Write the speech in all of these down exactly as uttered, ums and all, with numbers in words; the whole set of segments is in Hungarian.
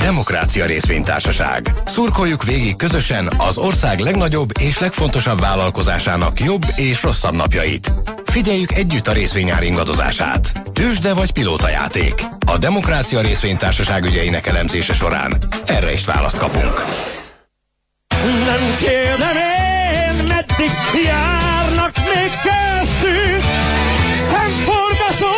Demokrácia Részvénytársaság. Szurkoljuk végig közösen az ország legnagyobb és legfontosabb vállalkozásának jobb és rosszabb napjait. Figyeljük együtt a részvényár ingadozását. Tőzsde vagy pilótajáték. A Demokrácia Részvénytársaság ügyeinek elemzése során erre is választ kapunk. Nem kérdem én, meddig járnak még köztünk szemforgató.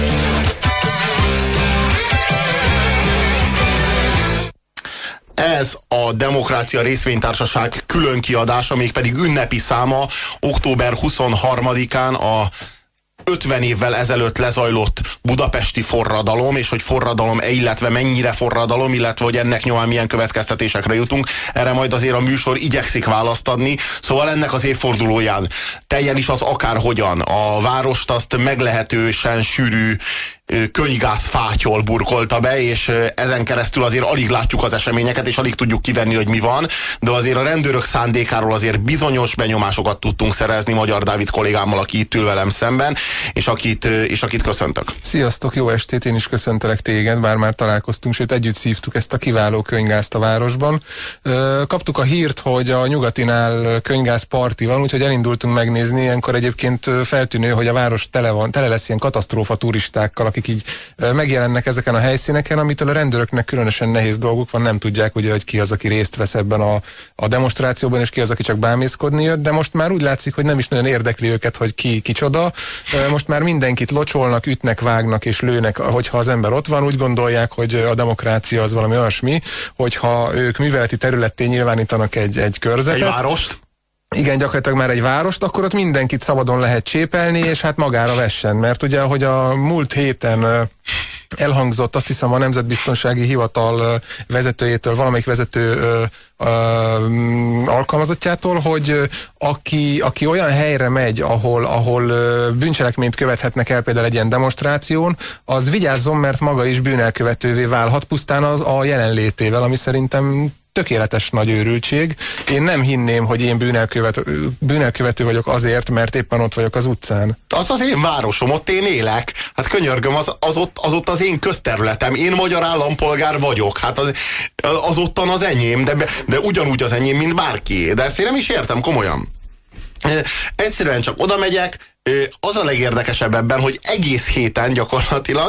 Ez a Demokrácia Részvénytársaság külön kiadása, mégpedig ünnepi száma október huszonharmadikán a ötven évvel ezelőtt lezajlott budapesti forradalom, és hogy forradalom-e, illetve mennyire forradalom, illetve hogy ennek nyomán milyen következtetésekre jutunk. Erre majd azért a műsor igyekszik választ adni. Szóval ennek az évfordulóján teljen is az akárhogyan. A várost azt meglehetősen sűrű könygáz fátyol burkolta be, és ezen keresztül azért alig látjuk az eseményeket, és alig tudjuk kivenni, hogy mi van, de azért a rendőrök szándékáról azért bizonyos benyomásokat tudtunk szerezni Magyar Dávid kollégámmal, aki itt ül velem szemben, és akit, és akit köszöntök. Sziasztok, jó estét, én is köszöntelek téged, bár már találkoztunk, sőt együtt szívtuk ezt a kiváló könygázt a városban. Kaptuk a hírt, hogy a Nyugatinál könygáz parti van, úgyhogy elindultunk megnézni, ilyenkor egyébként feltűnő, hogy a város tele, van, tele lesz ilyen katasztrófa turistákkal, akik így megjelennek ezeken a helyszíneken, amitől a rendőröknek különösen nehéz dolguk van, nem tudják ugye, hogy ki az, aki részt vesz ebben a, a demonstrációban, és ki az, aki csak bámészkodni jött, de most már úgy látszik, hogy nem is nagyon érdekli őket, hogy ki kicsoda. Most már mindenkit locsolnak, ütnek, vágnak és lőnek, hogyha az ember ott van, úgy gondolják, hogy a demokrácia az valami olyasmi, hogyha ők műveleti területté nyilvánítanak egy, egy körzetet. Egy várost? Igen, gyakorlatilag már egy várost, akkor ott mindenkit szabadon lehet csépelni, és hát magára vessen, mert ugye, hogy a múlt héten elhangzott, azt hiszem a Nemzetbiztonsági Hivatal vezetőjétől, valamelyik vezető ö, ö, alkalmazottjától, hogy aki, aki olyan helyre megy, ahol, ahol bűncselekményt követhetnek el például egy ilyen demonstráción, az vigyázzon, mert maga is bűnelkövetővé válhat pusztán az a jelenlétével, ami szerintem tökéletes nagy őrültség. Én nem hinném, hogy én bűnelkövető, bűnelkövető vagyok azért, mert éppen ott vagyok az utcán. Az az én városom, ott én élek. Hát könyörgöm, az, az, ott, az ott az én közterületem. Én magyar állampolgár vagyok. Hát az, az ottan az enyém, de, de ugyanúgy az enyém, mint bárki. De ezt én nem is értem komolyan. Egyszerűen csak oda megyek. Az a legérdekesebb ebben, hogy egész héten gyakorlatilag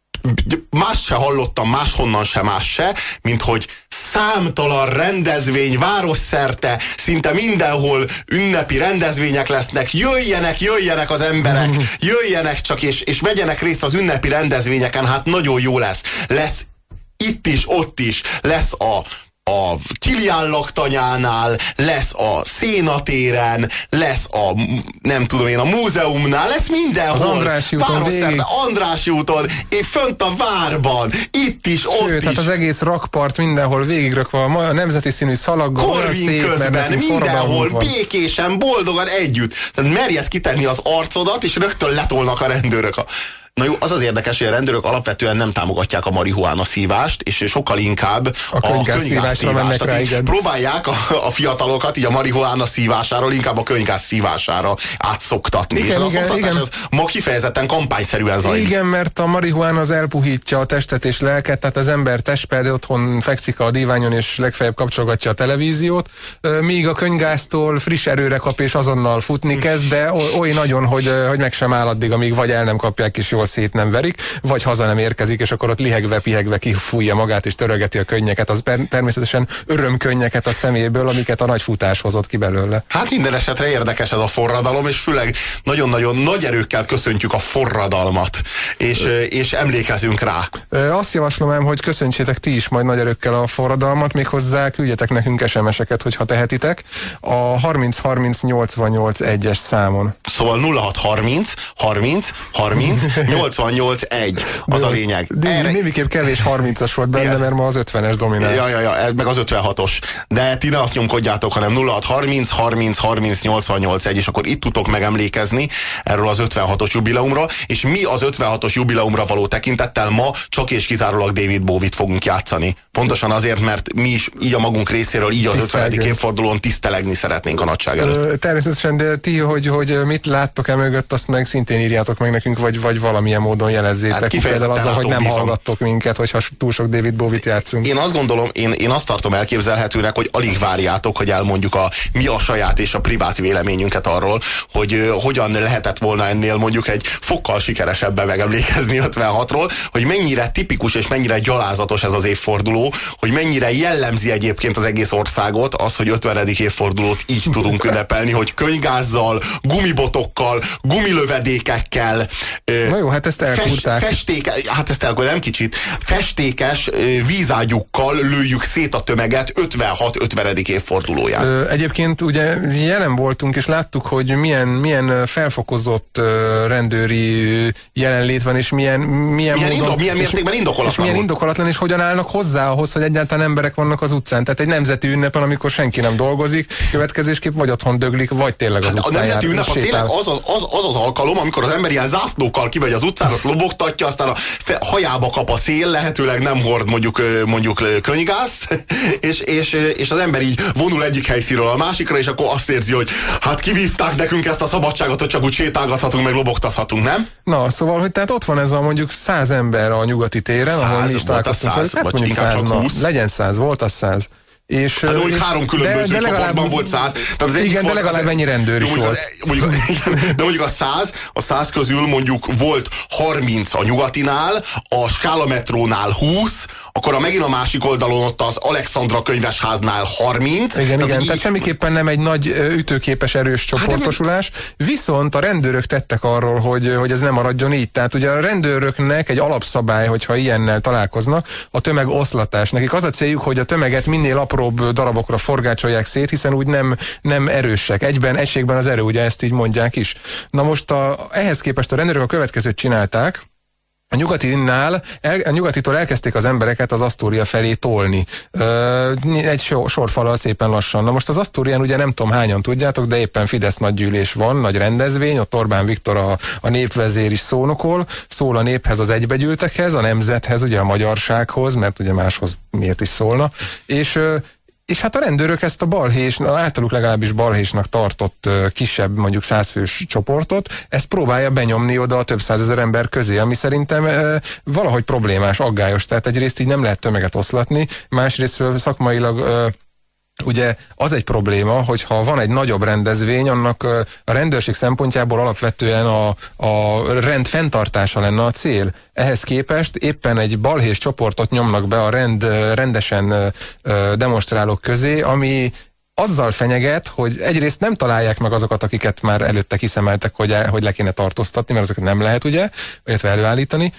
más se hallottam, máshonnan se, más se, mint hogy számtalan rendezvény városszerte, szinte mindenhol ünnepi rendezvények lesznek, jöjjenek, jöjjenek az emberek, jöjjenek csak, és, és vegyenek részt az ünnepi rendezvényeken, hát nagyon jó lesz. Lesz itt is, ott is, lesz a a Kilián laktanyánál, lesz a Szénatéren, lesz a, nem tudom én, a múzeumnál, lesz mindenhol. Az Andrássy úton végig. Andrássy úton, és fönt a várban, itt is, sőt, ott is. Hát az egész rakpart mindenhol végigrakva, a nemzeti színű szalaggal, Korvin szép, közben, mindenhol, békésen, boldogan együtt. Tehát merjed kitenni az arcodat, és rögtön letolnak a rendőrök a... Na jó, az az érdekes, hogy a rendőrök alapvetően nem támogatják a marihuána szívást, és sokkal inkább a, a könygáz szívást. Rá, próbálják a, a fiatalokat így a marihuána szívásáról inkább a könygáz szívására átszoktatni. Igen, és az igen, szoktatás igen. az ma kifejezetten kampányszerűen zajlik. Igen, mert a marihuána az elpuhítja a testet és lelket, tehát az ember testpéldául otthon fekszik a díványon és legfeljebb kapcsolgatja a televíziót, míg a könygáztól friss erőre kap és azonnal futni kezd, de oly nagyon, hogy, hogy meg sem áll addig, amíg vagy el nem kapják és jól szét nem verik, vagy haza nem érkezik, és akkor ott lihegve, pihegve kifújja magát, és törögeti a könnyeket, az természetesen örömkönnyeket a szeméből, amiket a nagy futás hozott ki belőle. Hát minden esetre érdekes ez a forradalom, és főleg nagyon-nagyon nagy erőkkel köszöntjük a forradalmat, és, és emlékezünk rá. Azt javaslom ám, hogy köszöntsétek ti is majd nagy erőkkel a forradalmat, méghozzá küldjetek nekünk es em es-eket, hogyha tehetitek, a harminc harminc nyolcvannyolc egyes számon. Szóval nulla hat harminc harminc harminc nyolcvannyolc egy az a lényeg. De Erre... némiképp kevés harmincas volt benne, mert ma az ötvenes dominál. Ja, ja, ja, meg az ötvenhatos. De ti ne azt nyomkodjátok, hanem nulla hat harminc harminc harminc nyolcvannyolc egy, és akkor itt tudtok megemlékezni erről az ötvenhatos jubileumra, és mi az ötvenhatos jubileumra való tekintettel ma csak és kizárólag David Bowie-t fogunk játszani. Pontosan azért, mert mi is így a magunk részéről, így az ötvenedik évfordulón tisztelegni szeretnénk a nagyság előtt. Természetesen, de ti, hogy, hogy mit láttok-e mögött, azt meg szintén írjátok meg nekünk, vagy, vagy valamilyen módon jelezzétek. Hát kifejezetten azzal, hogy nem bízom. hallgattok minket, hogyha túl sok David Bowie-t játszunk. Én azt gondolom, én, én azt tartom elképzelhetőnek, hogy alig várjátok, hogy elmondjuk a mi a saját és a privát véleményünket arról, hogy uh, hogyan lehetett volna ennél mondjuk egy fokkal sikeresebben megemlékezni ötvenhatról, hogy mennyire tipikus és mennyire gyalázatos ez az évforduló, hogy mennyire jellemzi egyébként az egész országot az, hogy ötvenedik évfordulót így tudunk ünnepelni, hogy könygázzal, gumibotokkal, gumilövedékekkel, na jó, hát ezt elkúrták. Fes, festéke, hát ezt elkúrták, nem kicsit, festékes vízágyukkal lőjük szét a tömeget ötvenhat ötvenedik évfordulóján. Ö, egyébként ugye jelen voltunk, és láttuk, hogy milyen, milyen felfokozott uh, rendőri jelenlét van, és milyen, milyen, milyen, módon, indo, milyen mértékben indokolatlan. És milyen indokolatlan, és hogyan állnak hozzá ahhoz, hogy egyáltalán emberek vannak az utcán. Tehát egy nemzeti ünnepen, amikor senki nem dolgozik, következésképp vagy otthon döglik, vagy tényleg az hát utcán a nemzeti jár, ünnep az tényleg az az, az, az az alkalom, amikor az ember ilyen zászlókkal kimegy az utcára, lobogtatja, aztán a fe, hajába kap a szél, lehetőleg nem hord mondjuk, mondjuk könygázt, és, és, és az ember így vonul egyik helyszínről a másikra, és akkor azt érzi, hogy hát kivívták nekünk ezt a szabadságot, hogy csak úgy sétálgathatunk, meg lobogtathatunk, nem? Na, szóval, hogy tehát ott van ez a mondjuk száz ember a nyugati téren, száz, ahol mi is találkoztunk. száz, Hát vagy mondjuk száz, na, legyen száz, volt az száz. És, hát mondjuk és három különböző de, de csoportban volt száz. Tehát az igen, de legalább ennyi rendőr is mondjuk volt. Az, mondjuk, de mondjuk a száz, a száz közül mondjuk volt harminc a nyugatinál, a Skála metrónál húsz, akkor a megint a másik oldalon ott az Alexandra könyvesháznál harminc. Igen, tehát igen, így... tehát semmiképpen nem egy nagy ütőképes, erős csoportosulás, hát, viszont a rendőrök tettek arról, hogy, hogy ez nem maradjon így. Tehát ugye a rendőröknek egy alapszabály, hogyha ilyennel találkoznak, a tömegoszlatás. Nekik az a céljuk, hogy a tömeget minél apróbb darabokra forgácsolják szét, hiszen úgy nem, nem erősek. Egyben, egységben az erő, ugye ezt így mondják is. Na most a, ehhez képest a rendőrök a következőt csinálták. A nyugatinál, el, a nyugatitól elkezdték az embereket az Asztória felé tolni. Ö, egy sor, sorfalal szépen lassan. Na most az Asztórián ugye nem tudom hányan tudjátok, de éppen Fidesz nagygyűlés van, nagy rendezvény, ott Orbán Viktor a, a népvezér is szónokol, szól a néphez, az egybegyűltekhez, a nemzethez, ugye a magyarsághoz, mert ugye máshoz miért is szólna, és És hát a rendőrök ezt a balhés, általuk legalábbis balhésnak tartott kisebb, mondjuk százfős csoportot, ezt próbálja benyomni oda a több százezer ember közé, ami szerintem e, valahogy problémás, aggályos. Tehát egyrészt így nem lehet tömeget oszlatni, másrésztről szakmailag e, ugye az egy probléma, hogyha van egy nagyobb rendezvény, annak a rendőrség szempontjából alapvetően a, a rend fenntartása lenne a cél. Ehhez képest éppen egy balhés csoportot nyomnak be a rend, rendesen demonstrálók közé, ami azzal fenyeget, hogy egyrészt nem találják meg azokat, akiket már előtte kiszemeltek, hogy, hogy le kéne tartóztatni, mert azokat nem lehet ugye, illetve előállítani.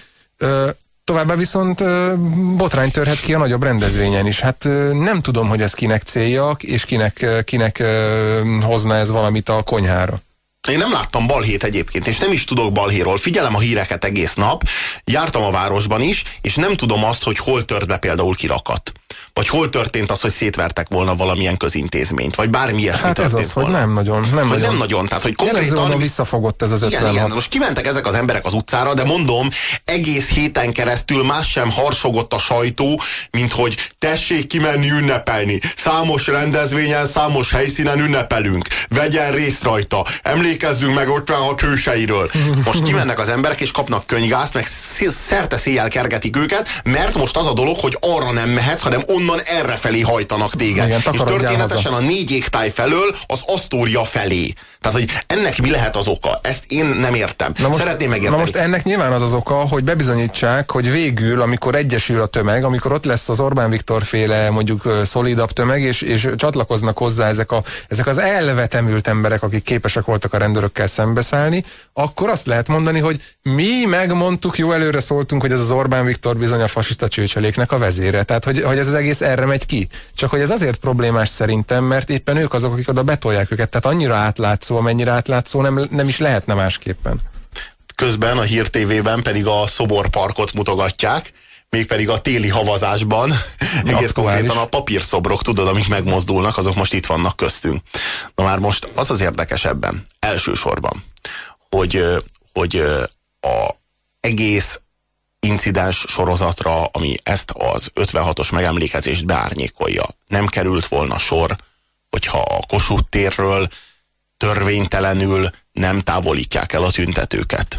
Továbbá viszont botrány törhet ki a nagyobb rendezvényen is. Hát nem tudom, hogy ez kinek célja, és kinek, kinek hozna ez valamit a konyhára. Én nem láttam balhét egyébként, és nem is tudok balhéról. Figyelem a híreket egész nap, jártam a városban is, és nem tudom azt, hogy hol tört be például kirakat. Vagy hol történt az, hogy szétvertek volna valamilyen közintézményt, vagy bármi ilyesmi hát történt ez az, volna. hogy nem nagyon. Nem, hogy nagyon. nem nagyon. Tehát, hogy konkrétan visszafogott ez az ötvenhat. Igen, igen, most kimentek ezek az emberek az utcára, de mondom, egész héten keresztül más sem harsogott a sajtó, mint hogy tessék kimenni ünnepelni. Számos rendezvényen, számos helyszínen ünnepelünk. Vegyen részt rajta. Emlékezzünk meg ötvenhat hőseiről. Most kimennek az emberek, és kapnak könygázt, meg szerte széjjel kergetik őket, mert most az a dolog, hogy arra nem mehetsz, hanem onnan errefelé hajtanak téged. Igen, és történetesen haza. A négy égtáj felől az Asztória felé. Tehát, hogy ennek mi lehet az oka? Ezt én nem értem. Na most, Szeretném megérteni. Na most ennek nyilván az az oka, hogy bebizonyítsák, hogy végül, amikor egyesül a tömeg, amikor ott lesz az Orbán Viktor féle mondjuk szolidabb tömeg, és, és csatlakoznak hozzá ezek, a, ezek az elvetemült emberek, akik képesek voltak a rendőrökkel szembeszállni, akkor azt lehet mondani, hogy mi megmondtuk, jó előre szóltunk, hogy ez az Orbán Viktor bizony a fasiszta csőcseléknek a vezére. Tehát, hogy, hogy ez az egész erre megy ki. Csak hogy ez azért problémás szerintem, mert éppen ők azok, akik oda betolják őket. Tehát annyira átlátszó, amennyire átlátszó nem, nem is lehetne másképpen. Közben a Hír té vében pedig a Szoborparkot mutogatják, mégpedig a téli havazásban, egész konkrétan a papírszobrok, tudod, amik megmozdulnak, azok most itt vannak köztünk. Na már most az az érdekes ebben, elsősorban, hogy, hogy a egész incidens sorozatra, ami ezt az ötvenhatos megemlékezést beárnyékolja. Nem került volna sor, hogyha a Kossuth térről törvénytelenül nem távolítják el a tüntetőket.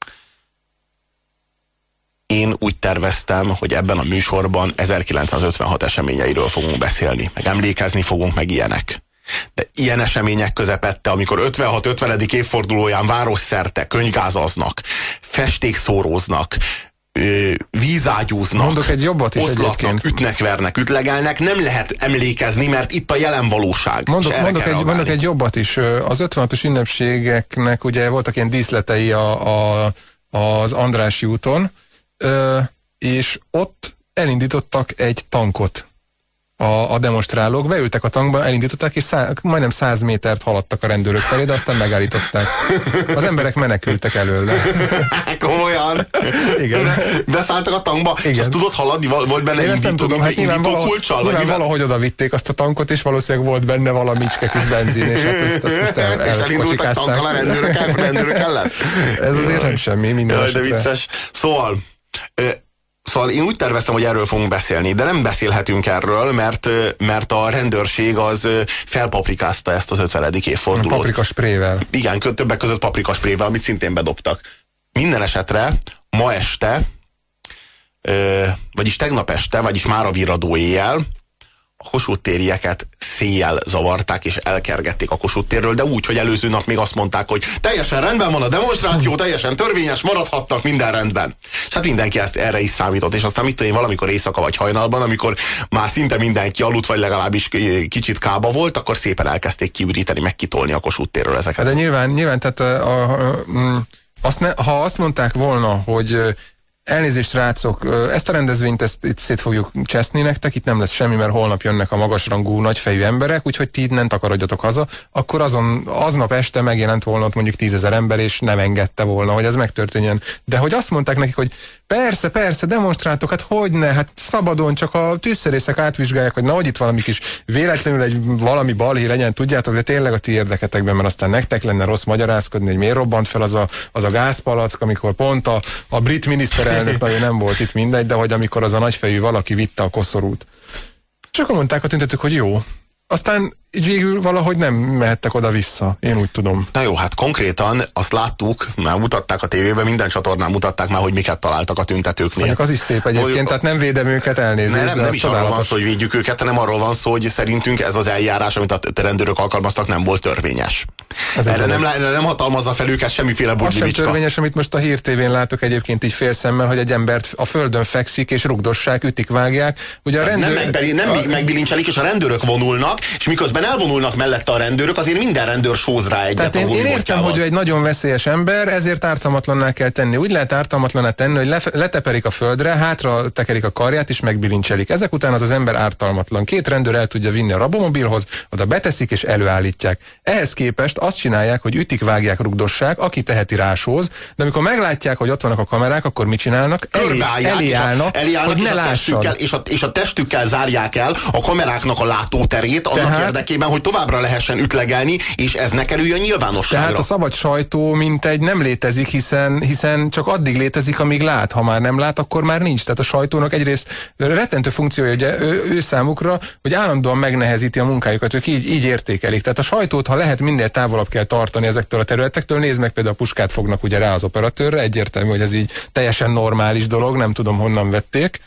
Én úgy terveztem, hogy ebben a műsorban ezerkilencszázötvenhat eseményeiről fogunk beszélni, meg emlékezni fogunk, meg ilyenek. De ilyen események közepette, amikor ötvenhat ötvenedik évfordulóján városszerte könyvgázaznak, festékszóróznak, vízágyúznak, mondok egy jobbat is oszlatnak, ütnek, vernek, ütlegelnek, nem lehet emlékezni, mert itt a jelen valóság. Mondok, mondok, egy, mondok egy jobbat is. Az ötvenhatos ünnepségeknek ugye voltak ilyen díszletei a, a, az Andrássy úton, és ott elindítottak egy tankot a, a demonstrálók, beültek a tankba, elindították, és szá, majdnem száz métert haladtak a rendőrök felé, de aztán megállították. Az emberek menekültek előle. Komolyan? Igen. Beszálltak a tankba, igen. És azt tudod haladni? Volt benne Én indító, tudom, hát nyilván, indító valahogy, kulccsal? nyilván valahogy oda vitték azt a tankot, és valószínűleg volt benne valami kis benzin, és hát ezt, ezt most el, és elindultak tankkal a rendőrök, el, rendőrök ellen? Ez azért nem semmi, minden Jaj, esetre. De vicces. Szóval... Szóval én úgy terveztem, hogy erről fogunk beszélni, de nem beszélhetünk erről, mert, mert a rendőrség az felpaprikázta ezt az ötvenedik évfordulót. Paprikasprével. Igen, többek között paprikasprével, amit szintén bedobtak. Minden esetre ma este, vagyis tegnap este, vagyis mára virradó éjjel a Kossuth térieket széjjel zavarták és elkergették a Kossuth térről, de úgy, hogy előző nap még azt mondták, hogy teljesen rendben van a demonstráció, teljesen törvényes, maradhattak, minden rendben. És hát mindenki ezt erre is számított, és aztán mit tudom én, valamikor éjszaka vagy hajnalban, amikor már szinte mindenki aludt, vagy legalábbis kicsit kába volt, akkor szépen elkezdték kiüríteni, meg kitolni a Kossuth térről ezeket. De nyilván, nyilván tehát a, a, a, azt ne, ha azt mondták volna, hogy elnézést, rácok, ezt a rendezvényt ezt itt szét fogjuk cseszni nektek, itt nem lesz semmi, mert holnap jönnek a magasrangú, nagyfejű emberek, úgyhogy ti innen takarodjatok haza, akkor azon, aznap este megjelent volna ott mondjuk tízezer ember, és nem engedte volna, hogy ez megtörténjen. De hogy azt mondták nekik, hogy persze, persze, demonstráltok, hát hogyne, hát szabadon, csak a tűzszerészek átvizsgálják, hogy na, hogy itt valami kis véletlenül egy valami balhé legyen, tudjátok, de tényleg a ti érdeketekben, mert aztán nektek lenne rossz magyarázkodni, hogy miért robbant fel az a, az a gázpalack, amikor pont a, a brit miniszterelnök nagyon nem volt itt, mindegy, de hogy amikor az a nagyfejű valaki vitte a koszorút. És akkor mondták a tüntetők, hogy jó. Aztán így végül valahogy nem mehettek oda-vissza, én úgy tudom. Na jó, hát konkrétan azt láttuk, már mutatták a tévében, minden csatornán mutatták már, hogy miket találtak a tüntetőknél. Mondjuk az is szép egyébként, hogy, tehát nem védem őket, elnézést. Nem, nem, nem is arról van szó, hogy védjük őket, hanem arról van szó, hogy szerintünk ez az eljárás, amit a rendőrök alkalmaztak, nem volt törvényes. Erre nem, nem hatalmazza fel őket semmiféle budimicska. Az sem törvényes, amit most a Hír té vén látok egyébként így félszemmel, hogy egy embert a földön fekszik és rugdossák, ütik, vágják. Ugye a rendőr... Nem, megbeli, nem a... megbilincselik, és a rendőrök vonulnak, és miközben elvonulnak mellette a rendőrök, azért minden rendőr sóz rá egyet. Tehát én, én értem, hogy ő egy nagyon veszélyes ember, ezért ártalmatlanná kell tenni. Úgy lehet ártalmatlanná tenni, hogy le, leteperik a földre, hátra tekerik a karját, és megbilincselik. Ezek után az az ember ártalmatlan. Két rendőr el tudja vinni a rabomobilhoz, oda beteszik és előállítják. Ehhez képest azt csinálják, hogy ütik, vágják, rugdossák, aki teheti, rásóz, de amikor meglátják, hogy ott vannak a kamerák, akkor mit csinálnak? Elé, elé állnak, eléállnak, hogy ne és, a testükkel, és, a, és a testükkel zárják el a kameráknak a látóterét, annak tehát, érdekében, hogy továbbra lehessen ütlegelni, és ez ne kerüljön nyilvánosságra. Tehát a szabad sajtó mint egy nem létezik, hiszen, hiszen csak addig létezik, amíg lát. Ha már nem lát, akkor már nincs. Tehát a sajtónak egyrészt rettentő funkciója ugye, ő, ő számukra, hogy állandóan megnehezíti a munkájukat, ők így, így értékelik. Tehát a sajtót, ha lehet, minél távolabb kell tartani ezektől a területektől. Nézd meg, például a puskát fognak ugye rá az operatőrre, egyértelmű, hogy ez így teljesen normális dolog, nem tudom, honnan vették.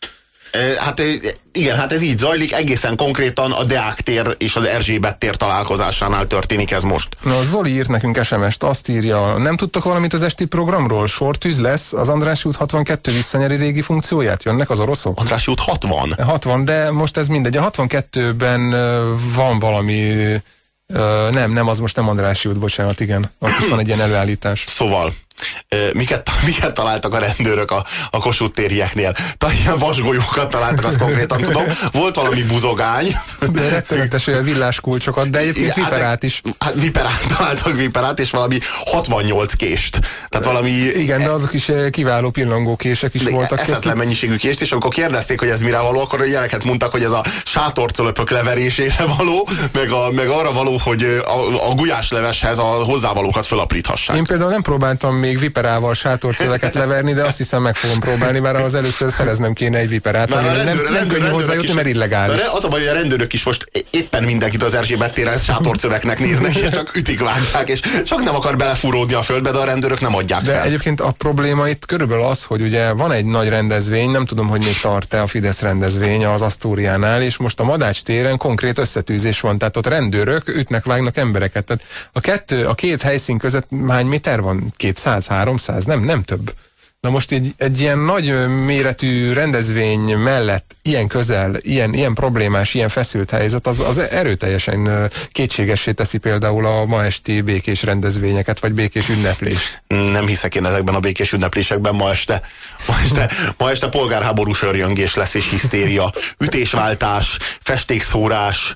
Hát igen, hát ez így zajlik, egészen konkrétan a Deák tér és az Erzsébet tér találkozásánál történik ez most. Na, Zoli írt nekünk es em est, azt írja, nem tudtok valamit az esti programról? Sortűz lesz, az Andrássy út hatvankettő visszanyeri régi funkcióját? Jönnek az oroszok? Andrássy út hatvan? hatvan, de most ez mindegy. A hatvankettőben van valami... Uh, nem, nem, az most nem Andrássy út, bocsánat, igen. Ott is van egy ilyen előállítás. Szóval, miket, miket találtak a rendőrök a, a Kossuth térieknél? Ilyen vasgolyókat találtak, azt konkrétan tudom. Volt valami buzogány. De rettenetes olyan villáskulcsokat, de egyébként viperát is. Hát viperát találtak, viperát, és valami hatvannyolc kést. Tehát valami... Igen, de azok is kiváló pillangó kések is voltak. Eszetlen mennyiségű kést, és amikor kérdezték, hogy ez mire való, akkor a gyerekek mondtak, hogy ez a sátorcölöpök leverésére való, meg, a, meg arra való, hogy a, a gulyásleveshez a hozzávalókat fölapríthassák. Én például nem próbáltam még még viperával sátorcöveket leverni, de azt hiszem meg fogom próbálni, mert az először szereznem kéne egy viperát, ami rendőr, nem, nem rendőr, könnyű hozzájutni, mert illegális. Az a baj, hogy a rendőrök is most éppen mindenkit az Erzsébet téren sátorcöveknek néznek, és csak ütik, vágják, és csak nem akar belefúródni a földbe, de a rendőrök nem adják de fel. Egyébként a probléma itt körülbelül az, hogy ugye van egy nagy rendezvény, nem tudom, hogy még tart-e a Fidesz rendezvény az Asztóriánál, és most a Madács téren konkrét összetűzés van, tehát ott rendőrök ütnek, vágnak embereket. Tehát a, kettő, a két helyszín között hány méter van? kétszáz, háromszáz? Nem, nem több. Na most egy, egy ilyen nagy méretű rendezvény mellett ilyen közel, ilyen, ilyen problémás, ilyen feszült helyzet, az, az erőteljesen kétségessé teszi például a ma esti békés rendezvényeket, vagy békés ünneplést. Nem hiszek én ezekben a békés ünneplésekben ma este. Ma este, ma este polgárháborús örjöngés lesz és hisztéria. Ütésváltás, festékszórás,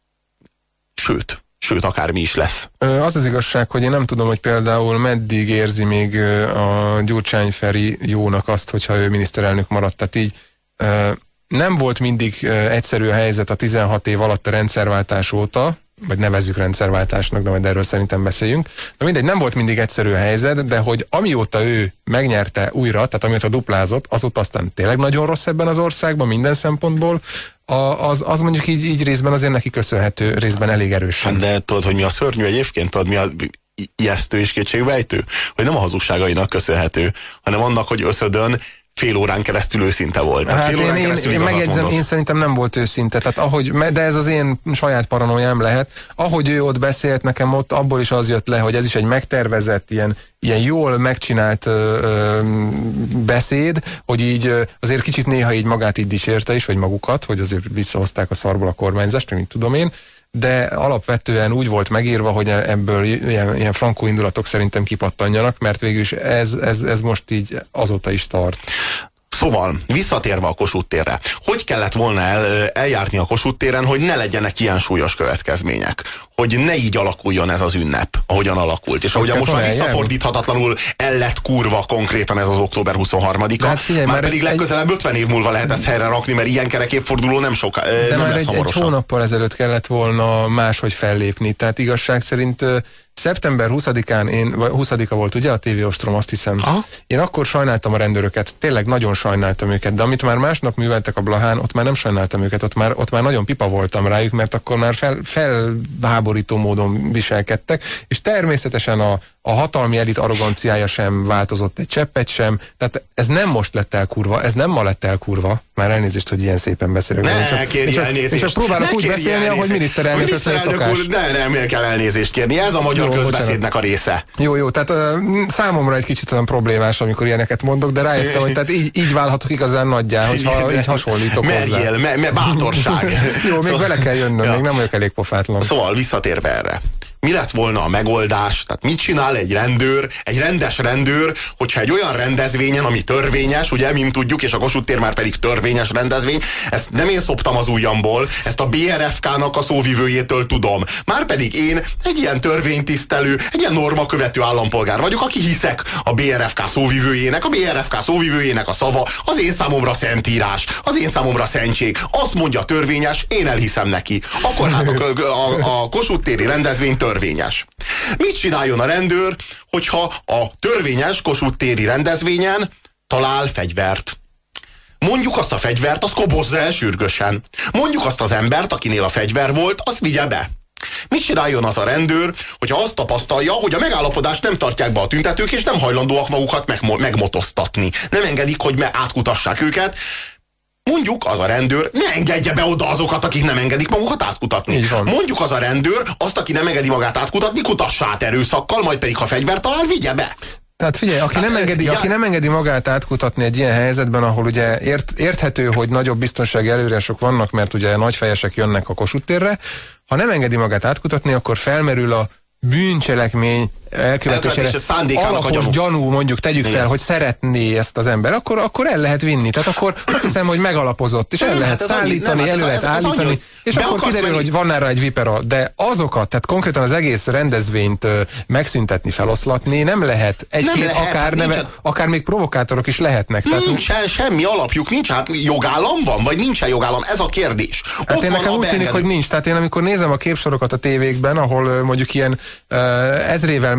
sőt, sőt, akármi is lesz. Az az igazság, hogy én nem tudom, hogy például meddig érzi még a Gyurcsány Feri jónak azt, hogyha ő miniszterelnök maradt. Tehát így nem volt mindig egyszerű a helyzet a tizenhat év alatt a rendszerváltás óta, vagy nevezzük rendszerváltásnak, de majd erről szerintem beszéljünk. De mindegy, nem volt mindig egyszerű a helyzet, de hogy amióta ő megnyerte újra, tehát amióta duplázott, azóta aztán tényleg nagyon rossz ebben az országban minden szempontból, a, az, az mondjuk így, így részben azért neki köszönhető, részben elég erősen. De tudod, hogy mi a szörnyű egyébként? Tudod, mi a ijesztő és kétségbejtő? Hogy nem a hazugságainak köszönhető, hanem annak, hogy összödön fél órán keresztül őszinte volt. Hát fél órán én, keresztül én, én megjegyzem, mondott. Én szerintem nem volt őszinte, tehát ahogy, de ez az én saját paranoiám lehet, ahogy ő ott beszélt, nekem ott abból is az jött le, hogy ez is egy megtervezett, ilyen, ilyen jól megcsinált ö, ö, beszéd, hogy így ö, azért kicsit néha így magát így dicsérte is, vagy magukat, hogy azért visszahozták a szarból a kormányzást, mint tudom én, de alapvetően úgy volt megírva, hogy ebből ilyen, ilyen frankó indulatok szerintem kipattanjanak, mert végül is ez, ez, ez most így azóta is tart. Szóval, visszatérve a Kossuth térre, hogy kellett volna el, eljárni a Kossuth téren, hogy ne legyenek ilyen súlyos következmények? Hogy ne így alakuljon ez az ünnep, ahogyan alakult. És ahogyan most már visszafordíthatatlanul el lett kurva konkrétan ez az október huszonharmadika. Hát figyelj, már, már pedig legközelebb egy... ötven év múlva lehet ezt helyre rakni, mert ilyen kerek évforduló nem soká, de nem már lesz egy, egy hónappal ezelőtt kellett volna máshogy fellépni. Tehát igazság szerint szeptember huszadikán, én, vagy huszadika volt ugye a té vé Ostrom, azt hiszem. Aha. Én akkor sajnáltam a rendőröket, tényleg nagyon sajnáltam őket, de amit már másnap műveltek a Blahán, ott már nem sajnáltam őket, ott már, ott már nagyon pipa voltam rájuk, mert akkor már fel, felháborító módon viselkedtek, és természetesen a, a hatalmi elit arroganciája sem változott egy cseppet sem, tehát ez nem most lett el kurva, ez nem ma lett el kurva, már elnézést, hogy ilyen szépen beszélek. Ne csak, kérj elnézést! És, és próbálok úgy beszélni, ahogy miniszterelnök miniszterelnök úr, de nem kell elnézést kérni, ez a magyar jó, közbeszédnek a része. Jó, jó, tehát uh, számomra egy kicsit olyan problémás, amikor ilyeneket mondok, de rájöttem, hogy tehát így, így válhatok igazán nagyjá, hogyha így hasonlítok merjél, hozzá. Me, me, bátorság. Jó, még szóval, bele kell jönnöm, ja. még nem vagyok elég pofátlan. Szóval visszatérve erre. Mi lett volna a megoldás? Tehát mit csinál egy rendőr, egy rendes rendőr, hogyha egy olyan rendezvényen, ami törvényes, ugye, mint tudjuk, és a Kossuth tér már pedig törvényes rendezvény, ezt nem én szoptam az ujjamból, ezt a bé er ef ká-nak a szóvivőjétől tudom. Márpedig én egy ilyen törvénytisztelő, egy ilyen normakövető állampolgár vagyok, aki hiszek a bé er ef ká szóvivőjének, a bé er ef ká szóvivőjének a szava, az én számomra szentírás, az én számomra szentség. Azt mondja törvényes, én elhiszem neki. Akkor hát a, a, a Kossuth téri rendezvény törvényes. Mit csináljon a rendőr, hogyha a törvényes Kossuth téri rendezvényen talál fegyvert? Mondjuk azt a fegyvert, azt kobozza el sürgősen. Mondjuk azt az embert, akinél a fegyver volt, azt vigye be. Mit csináljon az a rendőr, hogyha azt tapasztalja, hogy a megállapodást nem tartják be a tüntetők, és nem hajlandóak magukat meg, megmotoztatni. Nem engedik, hogy átkutassák őket. Mondjuk az a rendőr ne engedje be oda azokat, akik nem engedik magukat átkutatni. Mondjuk az a rendőr azt, aki nem engedi magát átkutatni, kutassa át erőszakkal, majd pedig ha fegyvert talál, vigye be. Tehát figyelj, aki, Tehát, nem engedi, ja, aki nem engedi magát átkutatni egy ilyen helyzetben, ahol ugye ért, érthető, hogy nagyobb biztonsági előírások vannak, mert ugye nagyfejesek jönnek a Kossuth térre, ha nem engedi magát átkutatni, akkor felmerül a bűncselekmény elkövetésére alapos gyanú, mondjuk tegyük fel, hogy szeretné ezt az ember, akkor, akkor el lehet vinni. Tehát akkor azt hiszem, hogy megalapozott, és el lehet hát szállítani, el lehet állítani, és akkor kiderül, menni. hogy van erre egy vipera, de azokat, tehát konkrétan az egész rendezvényt uh, megszüntetni, feloszlatni nem lehet. Egy-két akár, neve, akár még provokátorok is lehetnek. Nincsen tehát, semmi alapjuk, nincs, hát jogállam van, vagy nincsen jogállam, ez a kérdés. Hát ott én nekem úgy tűnik, hogy nincs. Tehát én amikor nézem a képsorokat a tévékben, ahol uh, mondjuk ilyen uh, ezrével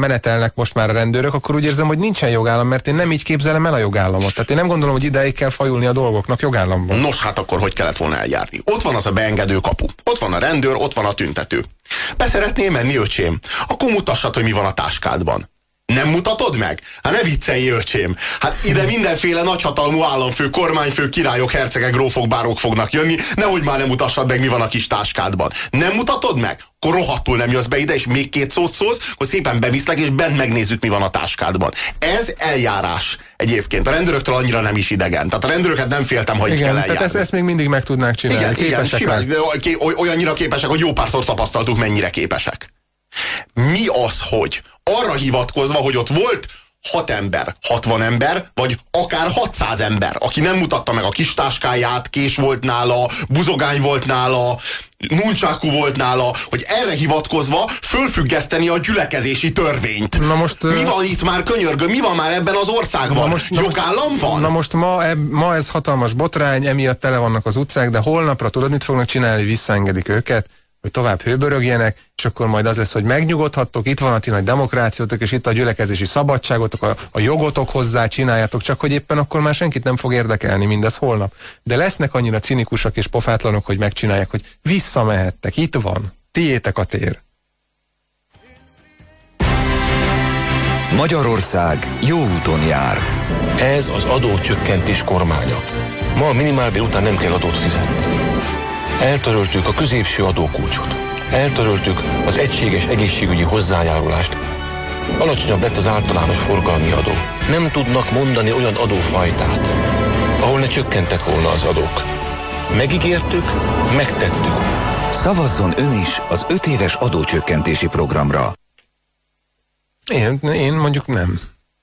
menetelnek most már a rendőrök, akkor úgy érzem, hogy nincsen jogállam, mert én nem így képzelem el a jogállamot. Tehát én nem gondolom, hogy ideig kell fajulni a dolgoknak jogállamban. Nos, hát akkor hogy kellett volna eljárni? Ott van az a beengedő kapu. Ott van a rendőr, ott van a tüntető. Be szeretnél menni, öcsém? Akkor mutassad, hogy mi van a táskádban. Nem mutatod meg? Hát ne viccelj, öcsém. Hát ide mindenféle nagyhatalmú államfő, kormányfő, királyok, hercegek, grófok, bárók fognak jönni, nehogy már nem mutassad meg, mi van a kis táskádban. Nem mutatod meg? Akkor rohadtul nem jössz be ide, és még két szót szólsz, akkor szépen beviszlek, és bent megnézzük, mi van a táskádban. Ez eljárás egyébként. A rendőröktől annyira nem is idegen. Tehát a rendőröket nem féltem, ha így kell eljárni. Tehát ezt, ezt még mindig meg tudnák csinálni. Igen, igen, simán, de olyannyira képesek, hogy jó párszor tapasztaltuk, mennyire képesek. Mi az, hogy arra hivatkozva, hogy ott volt hat ember, hatvan ember, vagy akár hatszáz ember, aki nem mutatta meg a kis táskáját, kés volt nála, buzogány volt nála, nuncsákú volt nála, hogy erre hivatkozva fölfüggeszteni a gyülekezési törvényt. Na most, mi van itt már, könyörgöm, mi van már ebben az országban? Na most, jogállam van? Na most ma, eb, ma ez hatalmas botrány, emiatt tele vannak az utcák, de holnapra tudod, mit fognak csinálni, visszaengedik őket, hogy tovább hőbörögjenek, és akkor majd az lesz, hogy megnyugodhattok, itt van a ti nagy demokrációtok, és itt a gyülekezési szabadságotok, a, a jogotok hozzá, csináljátok, csak hogy éppen akkor már senkit nem fog érdekelni mindez holnap. De lesznek annyira cinikusak és pofátlanok, hogy megcsinálják, hogy visszamehettek, itt van, tiétek a tér. Magyarország jó úton jár. Ez az adócsökkentés kormánya. Ma a minimálbér után nem kell adót fizetni. Eltöröltük a középső adókulcsot. Eltöröltük az egységes egészségügyi hozzájárulást. Alacsonyabb lett az általános forgalmi adó. Nem tudnak mondani olyan adófajtát, ahol ne csökkentek volna az adók. Megígértük, megtettük. Szavazzon ön is az öt éves adócsökkentési programra. Én, én mondjuk nem.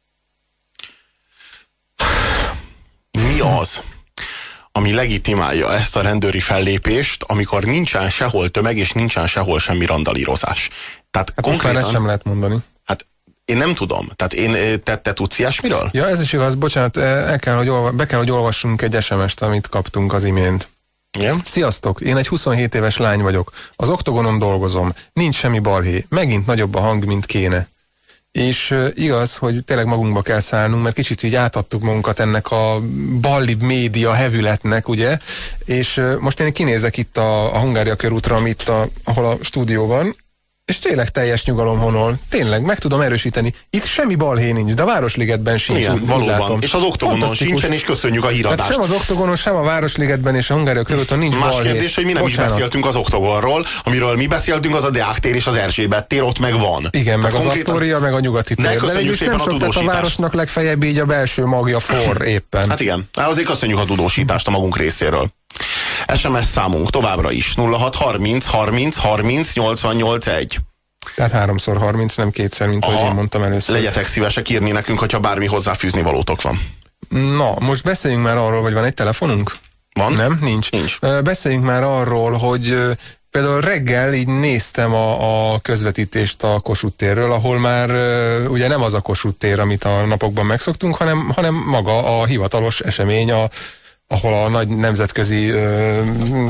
Mi az, ami legitimálja ezt a rendőri fellépést, amikor nincsen sehol tömeg, és nincsen sehol semmi randalírozás? Tehát hát konkrétan, most már ezt sem lehet mondani. Hát én nem tudom. Tehát én, te, te tudsz ilyesmiről? Ja, ez is igaz. Bocsánat, el kell, hogy olva, be kell, hogy olvassunk egy es em est, amit kaptunk az imént. Igen? Sziasztok, én egy huszonhét éves lány vagyok. Az Oktogonon dolgozom. Nincs semmi balhé. Megint nagyobb a hang, mint kéne. És uh, igaz, hogy tényleg magunkba kell szállnunk, mert kicsit így átadtuk magunkat ennek a ballibb média hevületnek, ugye? És uh, most én kinézek itt a, a Hungária körútra, amit a, ahol a stúdió van, és tényleg teljes nyugalom honol. Tényleg, meg tudom erősíteni. Itt semmi balhé nincs, de a Városligetben sincs. Igen, valóban. És az Oktogonon sincsen, és köszönjük a híradást. Tehát sem az Oktogonon, sem a Városligetben és a Hungária körúton nincs Más balhé. kérdés, hogy mi nem Bocsánat. is beszéltünk az Oktogonról, amiről mi beszéltünk, az a Deák tér és az Erzsébet tér, ott meg van. Igen, hát meg az Asztória, meg a Nyugati tér. De köszönjük nem sok, tehát a városnak legfeljebb így a belső magja forr éppen. Hát igen, azért köszönjük a tudósítást a magunk részéről. es em es számunk továbbra is nulla hat harminc harminc harminc nyolcvannyolc egy. Tehát háromszor harminc, nem kétszer, mint ahogy én mondtam először. Legyetek szívesek írni nekünk, hogyha bármi hozzáfűzni valótok van. Na, most beszéljünk már arról, hogy van egy telefonunk? Van? Nem? Nincs. Nincs. Beszéljünk már arról, hogy például reggel így néztem a, a közvetítést a Kossuth térről, ahol már ugye nem az a Kossuth tér, amit a napokban megszoktunk, hanem, hanem maga a hivatalos esemény, a ahol a nagy nemzetközi ö,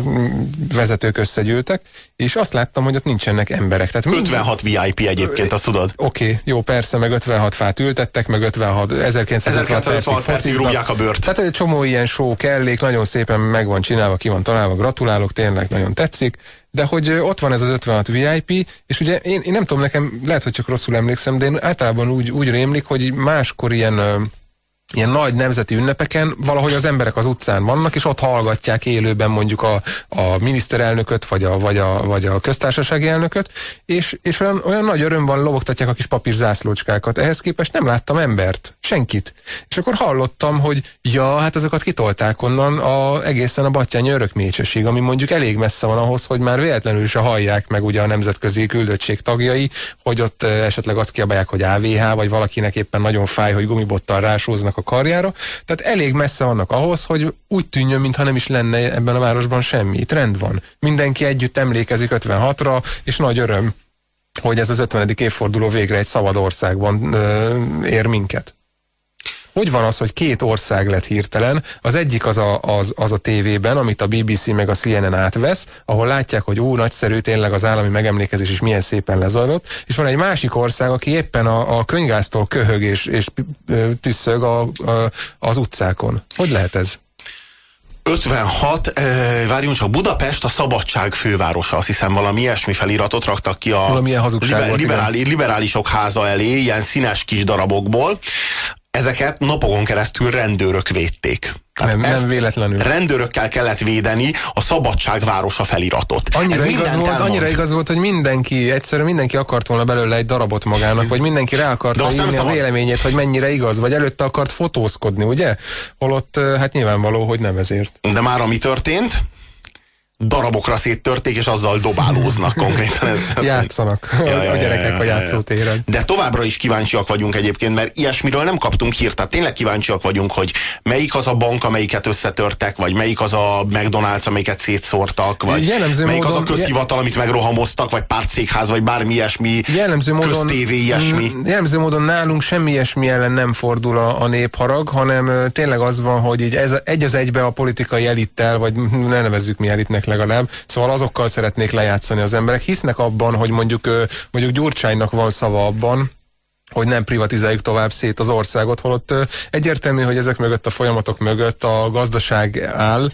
vezetők összegyűltek, és azt láttam, hogy ott nincsenek emberek. Tehát mind... ötvenhat vé i pé egyébként, azt tudod? Oké, okay, jó, persze, meg ötvenhat fát ültettek, meg ötvenhat, ezerkilencszázötvenhat percig rúgják a bőrt. Tehát egy csomó ilyen show kellék, nagyon szépen meg van csinálva, ki van találva, gratulálok, tényleg nagyon tetszik, de hogy ott van ez az ötvenhat vé i pé, és ugye én, én nem tudom, nekem lehet, hogy csak rosszul emlékszem, de én általában úgy, úgy rémlik, hogy máskor ilyen ilyen nagy nemzeti ünnepeken valahogy az emberek az utcán vannak, és ott hallgatják élőben mondjuk a, a miniszterelnököt, vagy a, vagy a, vagy a köztársasági elnököt, és, és olyan, olyan nagy öröm van, lobogtatják a kis papír zászlócskákat. Ehhez képest nem láttam embert, senkit. És akkor hallottam, hogy ja, hát azokat kitolták onnan a, egészen a Battyányi Örökmécsesig, ami mondjuk elég messze van ahhoz, hogy már véletlenül se hallják meg ugye a nemzetközi küldöttség tagjai, hogy ott esetleg azt kiabálják, hogy á vé há, vagy valakinek éppen nagyon fáj, hogy gumibottal rásóznak a karjára, tehát elég messze vannak ahhoz, hogy úgy tűnjön, mintha nem is lenne ebben a városban semmi. Itt rend van. Mindenki együtt emlékezik ötvenhatra, és nagy öröm, hogy ez az ötvenedik évforduló végre egy szabad országban ö, ér minket. hogy van az, hogy két ország lett hirtelen, az egyik az a, az, az a tévében, amit a bé bé cé meg a cé en en átvesz, ahol látják, hogy ú, nagyszerű, tényleg az állami megemlékezés is milyen szépen lezajlott, és van egy másik ország, aki éppen a, a könygáztól köhög és, és tüsszög a, a, az utcákon. Hogy lehet ez? ötvenhat, eh, várjunk csak, Budapest a szabadság fővárosa, azt hiszem valami ilyesmi feliratot raktak ki a liber, liberális, liberálisok háza elé, ilyen színes kis darabokból. Ezeket napokon keresztül rendőrök védték. Nem, nem véletlenül. Rendőrökkel kellett védeni a szabadság városa feliratot. Annyira igaz, volt, annyira igaz volt, hogy mindenki, egyszerűen mindenki akart volna belőle egy darabot magának, vagy mindenki rá akarta írni a véleményét, hogy mennyire igaz, vagy előtte akart fotózkodni, ugye? Holott hát nyilvánvaló, hogy nem ezért. De már ami történt, darabokra széttörték, és azzal dobálóznak konkrétan. Ez játszanak ja, ja, a gyerekek ja, ja, ja, a játszótéren. De továbbra is kíváncsiak vagyunk egyébként, mert ilyesmiről nem kaptunk hírt. Tehát tényleg kíváncsiak vagyunk, hogy melyik az a bank, amelyiket összetörtek, vagy melyik az a McDonald's, amelyiket szétszórtak, vagy jellemző melyik módon, az a közhivatal, amit megrohamoztak, vagy pártszékház, vagy bármi ilyesmi, köztévé ilyesmi. Jellemző módon nálunk semmi ilyesmi ellen nem fordul a, a népharag, hanem tényleg az van, hogy így ez, egy az egybe a politikai elittel, vagy ne nevezzük mi elitnek legalább, szóval azokkal szeretnék lejátszani az emberek. Hisznek abban, hogy mondjuk, mondjuk Gyurcsánynak van szava abban, hogy nem privatizáljuk tovább szét az országot, holott egyértelmű, hogy ezek mögött a folyamatok mögött a gazdaság áll,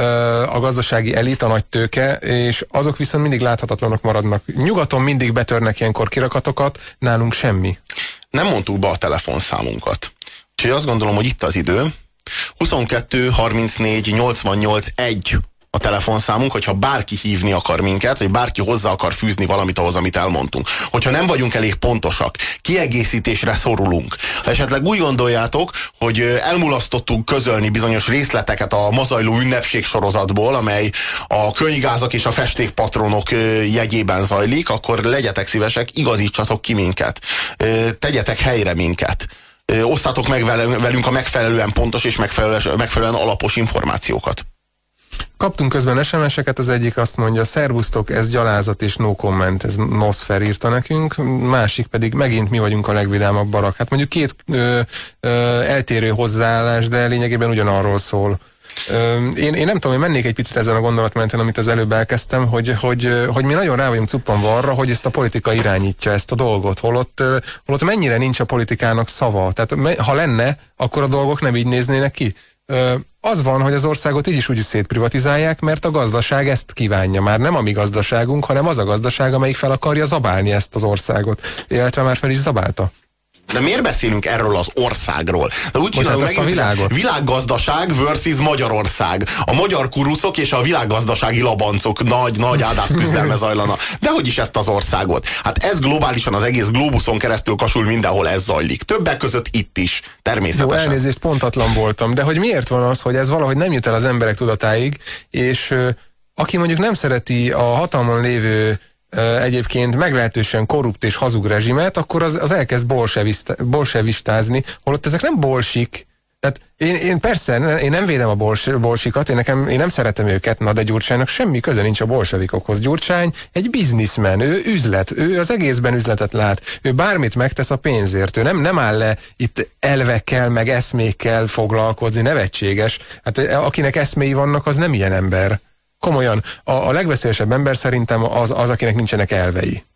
a gazdasági elit, a nagy tőke, és azok viszont mindig láthatatlanok maradnak. Nyugaton mindig betörnek ilyenkor kirakatokat, nálunk semmi. Nem mondtuk be a telefonszámunkat. Úgyhogy azt gondolom, hogy itt az idő. huszonkettő harmincnégy nyolcvannyolc egy a telefonszámunk, hogyha bárki hívni akar minket, vagy bárki hozzá akar fűzni valamit ahhoz, amit elmondtunk. Hogyha nem vagyunk elég pontosak, kiegészítésre szorulunk. Ha esetleg úgy gondoljátok, hogy elmulasztottunk közölni bizonyos részleteket a ma zajló ünnepség sorozatból, amely a könygázak és a festékpatronok jegyében zajlik, akkor legyetek szívesek, igazítsatok ki minket. Tegyetek helyre minket. Osztátok meg velünk a megfelelően pontos és megfelelően, megfelelően alapos információkat. Kaptunk közben es em es-eket, az egyik azt mondja, szervusztok, ez gyalázat és no comment, ez Nosfer írta nekünk, másik pedig megint mi vagyunk a legvidámabb barak. Hát mondjuk két ö, ö, eltérő hozzáállás, de lényegében ugyanarról szól. Ö, én, én nem tudom, hogy mennék egy picit ezen a gondolatmenten, amit az előbb elkezdtem, hogy, hogy, hogy mi nagyon rá vagyunk cuppanva arra, hogy ezt a politika irányítja, ezt a dolgot, holott, holott mennyire nincs a politikának szava. Tehát ha lenne, akkor a dolgok nem így néznének ki. Ö, az van, hogy az országot így is úgy is szétprivatizálják, mert a gazdaság ezt kívánja. Már nem a mi gazdaságunk, hanem az a gazdaság, amelyik fel akarja zabálni ezt az országot. Illetve már fel is zabálta. De miért beszélünk erről az országról? De úgy csinálunk meg, a világot. Világgazdaság versus Magyarország. A magyar kurucok és a világgazdasági labancok nagy, nagy ádászküzdelme zajlana. De hogy is ezt az országot? Hát ez globálisan az egész globuszon keresztül kasul, mindenhol ez zajlik. Többek között itt is, természetesen. Jó, elnézést, pontatlan voltam. De hogy miért van az, hogy ez valahogy nem jut el az emberek tudatáig, és ö, aki mondjuk nem szereti a hatalmon lévő egyébként meglehetősen korrupt és hazug rezsimet, akkor az, az elkezd bolsevistázni, holott ezek nem bolsik. Tehát én, én persze, én nem védem a bols, bolsikat, én, nekem, én nem szeretem őket, na de Gyurcsánynak semmi köze nincs a bolsevikokhoz. Gyurcsány egy bizniszmen, ő üzlet, ő az egészben üzletet lát, ő bármit megtesz a pénzért, ő nem, nem áll le itt elvekkel, meg eszmékkel foglalkozni, nevetséges. Hát akinek eszméi vannak, az nem ilyen ember. Komolyan, a, a legveszélyesebb ember szerintem az, az, akinek nincsenek elvei.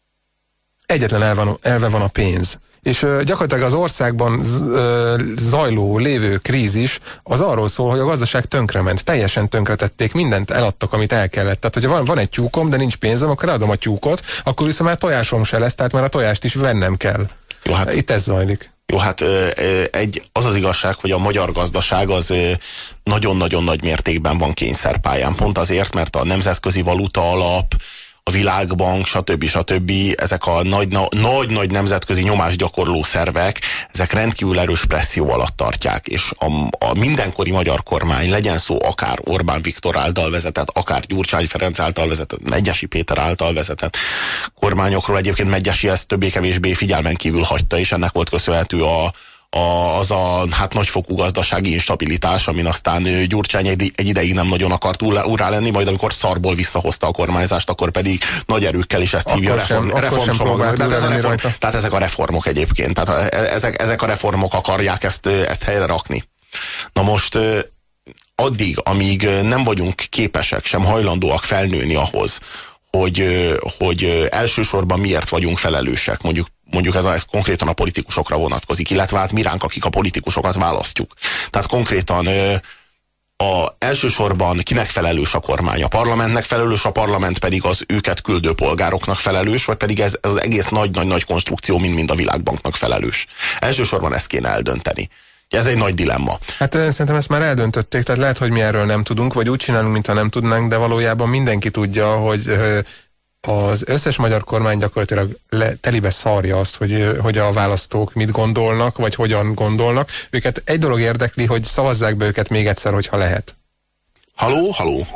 Egyetlen elve, elve van a pénz. És ö, gyakorlatilag az országban z, ö, zajló, lévő krízis az arról szól, hogy a gazdaság tönkrement, teljesen tönkretették, mindent eladtak, amit el kellett. Tehát, hogyha van, van egy tyúkom, de nincs pénzem, akkor eladom a tyúkot, akkor viszont már tojásom se lesz, tehát már a tojást is vennem kell. Jó, hát, itt ez zajlik. Jó, hát egy, az az igazság, hogy a magyar gazdaság az nagyon-nagyon nagy mértékben van kényszerpályán. Pont azért, mert a Nemzetközi Valuta Alap, a Világbank, stb. stb. Ezek a nagy-nagy nemzetközi nyomásgyakorló szervek, ezek rendkívül erős presszió alatt tartják, és a, a mindenkori magyar kormány, legyen szó akár Orbán Viktor által vezetett, akár Gyurcsány Ferenc által vezetett, Medgyessy Péter által vezetett kormányokról, egyébként Medgyessy ezt többé-kevésbé figyelmen kívül hagyta, és ennek volt köszönhető a a, az a hát nagyfokú gazdasági instabilitás, amin aztán Gyurcsány egy, egy ideig nem nagyon akart urrá lenni, majd amikor szarból visszahozta a kormányzást, akkor pedig nagy erőkkel is ezt hívja reform, reformcsomagnak. Tehát, ez reform, tehát ezek a reformok egyébként, tehát ezek, ezek a reformok akarják ezt, ezt helyre rakni. Na most addig, amíg nem vagyunk képesek, sem hajlandóak felnőni ahhoz, hogy, hogy elsősorban miért vagyunk felelősek, mondjuk, mondjuk ez, a, ez konkrétan a politikusokra vonatkozik, illetve hát mi ránk, akik a politikusokat választjuk. Tehát konkrétan a, elsősorban kinek felelős a kormány? A parlamentnek felelős, a parlament pedig az őket küldő polgároknak felelős, vagy pedig ez, ez az egész nagy-nagy-nagy konstrukció mind-mind a Világbanknak felelős. Elsősorban ezt kéne eldönteni. Ez egy nagy dilemma. Hát szerintem ezt már eldöntötték, tehát lehet, hogy mi erről nem tudunk, vagy úgy csinálunk, mintha nem tudnánk, de valójában mindenki tudja, hogy az összes magyar kormány gyakorlatilag le, telibe szarja azt, hogy, hogy a választók mit gondolnak, vagy hogyan gondolnak. Őket egy dolog érdekli, hogy szavazzák be őket még egyszer, hogyha lehet. Haló, haló.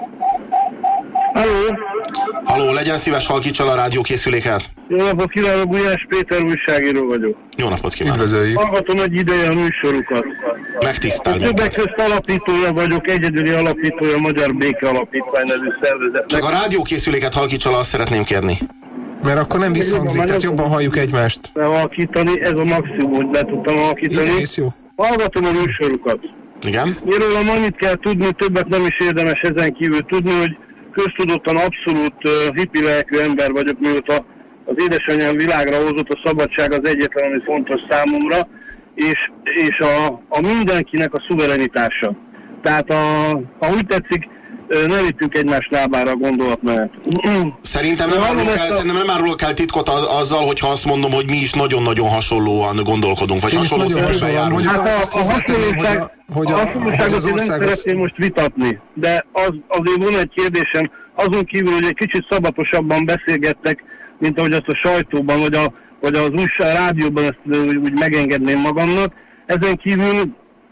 Halló. Halló, legyen szíves, halkítsal a rádiókészüléket. Jó napot kívánok, Gulyás Péter újságíró vagyok. Jó napot kívánok. Üdvözöljük. Hallgatom egy ideje a műsorukat. Megtisztel. Többek közt alapítója vagyok, egyedüli alapítója a Magyar Béke Alapítvány nevű szervezetnek. Csak a rádiókészüléket halkítsal, azt szeretném kérni. Mert akkor nem visszhangzik, tehát jobban halljuk egymást. Alakítani, ez a maximum, hogy le tudtam alakítani. Egész jó. Hallgatom a műsorukat. Igen? Miről annyit kell tudni, többet nem is érdemes ezen kívül tudni, hogy köztudottan abszolút uh, hippi lelkű ember vagyok, mióta az édesanyám világra hozott, a szabadság az egyetlen, ami fontos számomra, és, és a, a mindenkinek a szuverenitása. Tehát a, ha úgy tetszik, ne lépjünk egymás lábára a gondolatmenet. Szerintem nem árulok el, a... szerintem nem árulok el titkot az, azzal, hogyha azt mondom, hogy mi is nagyon-nagyon hasonlóan gondolkodunk, vagy Én hasonló cipőben járunk. Hát a, a hasonlóság, hogy a, a hasonlóságot én nem szeretném most vitatni, de az, azért van egy kérdésem, azon kívül, hogy egy kicsit szabatosabban beszélgettek, mint ahogy azt a sajtóban, vagy, a, vagy az újság rádióban ezt úgy megengedném magamnak. Ezen kívül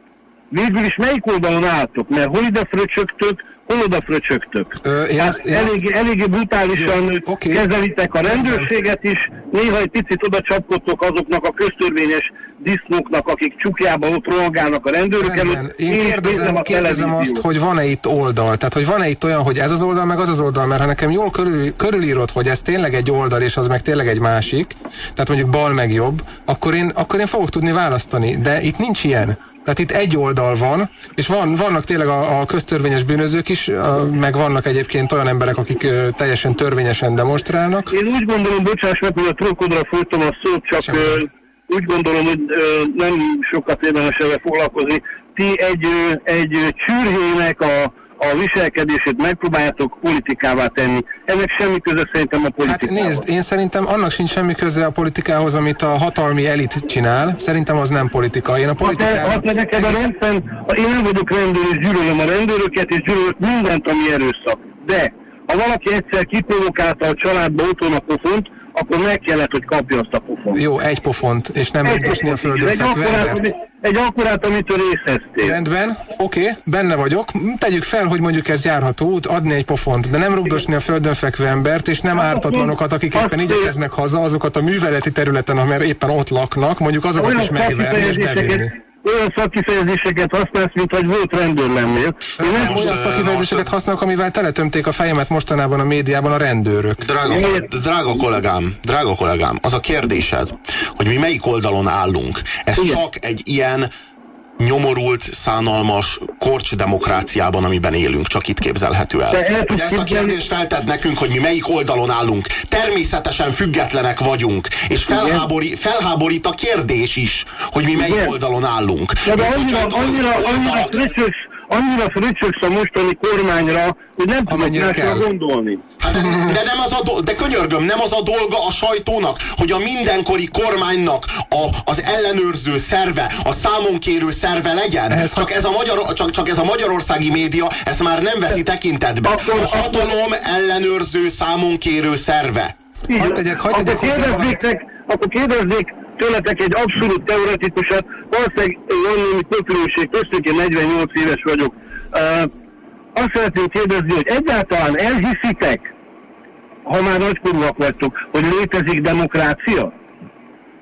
végül is melyik oldalon álltok? Mert hol ide fröcsögtök, hol oda fröcsögtök? Hát elég, eléggé brutálisan jó, okay. Kezelitek a rendőrséget is, néha egy picit oda csapkodtok azoknak a köztörvényes disznóknak, akik csukjában ott rohangálnak a rendőrök előtt. Én kérdezem, a kérdezem azt, hogy van-e itt oldal? Tehát, hogy van-e itt olyan, hogy ez az oldal, meg az az oldal? Mert ha nekem jól körül, körülírod, hogy ez tényleg egy oldal, és az meg tényleg egy másik, tehát mondjuk bal meg jobb, akkor én, akkor én fogok tudni választani. De itt nincs ilyen. Tehát itt egy oldal van, és van, vannak tényleg a, a köztörvényes bűnözők is, a, meg vannak egyébként olyan emberek, akik ö, teljesen törvényesen demonstrálnak. Én úgy gondolom, bocsáss meg, hogy a trókodra folytom a szót, csak ö, úgy gondolom, hogy ö, nem sokat érdemes ezzel foglalkozni. Ti egy, ö, egy csürhének a a viselkedését megpróbáljátok politikává tenni. Ennek semmi köze szerintem a politikához. Hát nézd, én szerintem annak sincs semmi köze a politikához, amit a hatalmi elit csinál. Szerintem az nem politika. Én a politikával... Hát neked a rendben, én nem vagyok rendőr, és gyűlölöm a rendőröket, és gyűlölök mindent, ami erőszak. De ha valaki egyszer kiprovokálta a családba otthon a pofont, akkor meg kellett, hogy kapja azt a pofont. Jó, egy pofont, és nem rúgdosni a földön fekvő embert. Egy akkorát, amitől részeztél. Rendben, oké, okay, benne vagyok. Tegyük fel, hogy mondjuk ez járható út, adni egy pofont, de nem rugdosni a földön fekvő embert, és nem ártatlanokat, akik éppen igyekeznek haza, azokat a műveleti területen, amely éppen ott laknak, mondjuk azokat is megverni és bevinni. Olyan szakifejezéseket használsz, mint hogy volt rendőr lennél. Én nem olyan szakifejezéseket használok, amivel teletömték a fejemet mostanában a médiában a rendőrök. Drága, drága kollégám, drága kollégám, az a kérdésed, hogy mi melyik oldalon állunk. Ez igen. Csak egy ilyen nyomorult, szánalmas korcs demokráciában, amiben élünk, csak itt képzelhető el. Hogy ezt a kérdést feltett nekünk, hogy mi melyik oldalon állunk. Természetesen függetlenek vagyunk, és felhábori, felháborít a kérdés is, hogy mi melyik igen. oldalon állunk. De, de annyira, annyira, annyira fröcsös, annyira fröcsöksz a mostani kormányra, hogy nem tudok másra gondolni. Hát de, de, nem az a do- de könyörgöm, nem az a dolga a sajtónak, hogy a mindenkori kormánynak a, az ellenőrző szerve, a számonkérő szerve legyen. Ez csak, ez a magyar, csak, csak ez a magyarországi média, ezt már nem veszi tekintetbe. A hatalom ellenőrző számonkérő szerve. Hadd tegyek, hadd tegyek akkor kérdezzék, akkor kérdezzék tőletek egy abszolút teoretikusat, valószínűleg van némi kötülőség, köztük én negyvennyolc éves vagyok. Uh, azt szeretném kérdezni, hogy egyáltalán elhiszitek, ha már nagykorúak vagytok, hogy létezik demokrácia?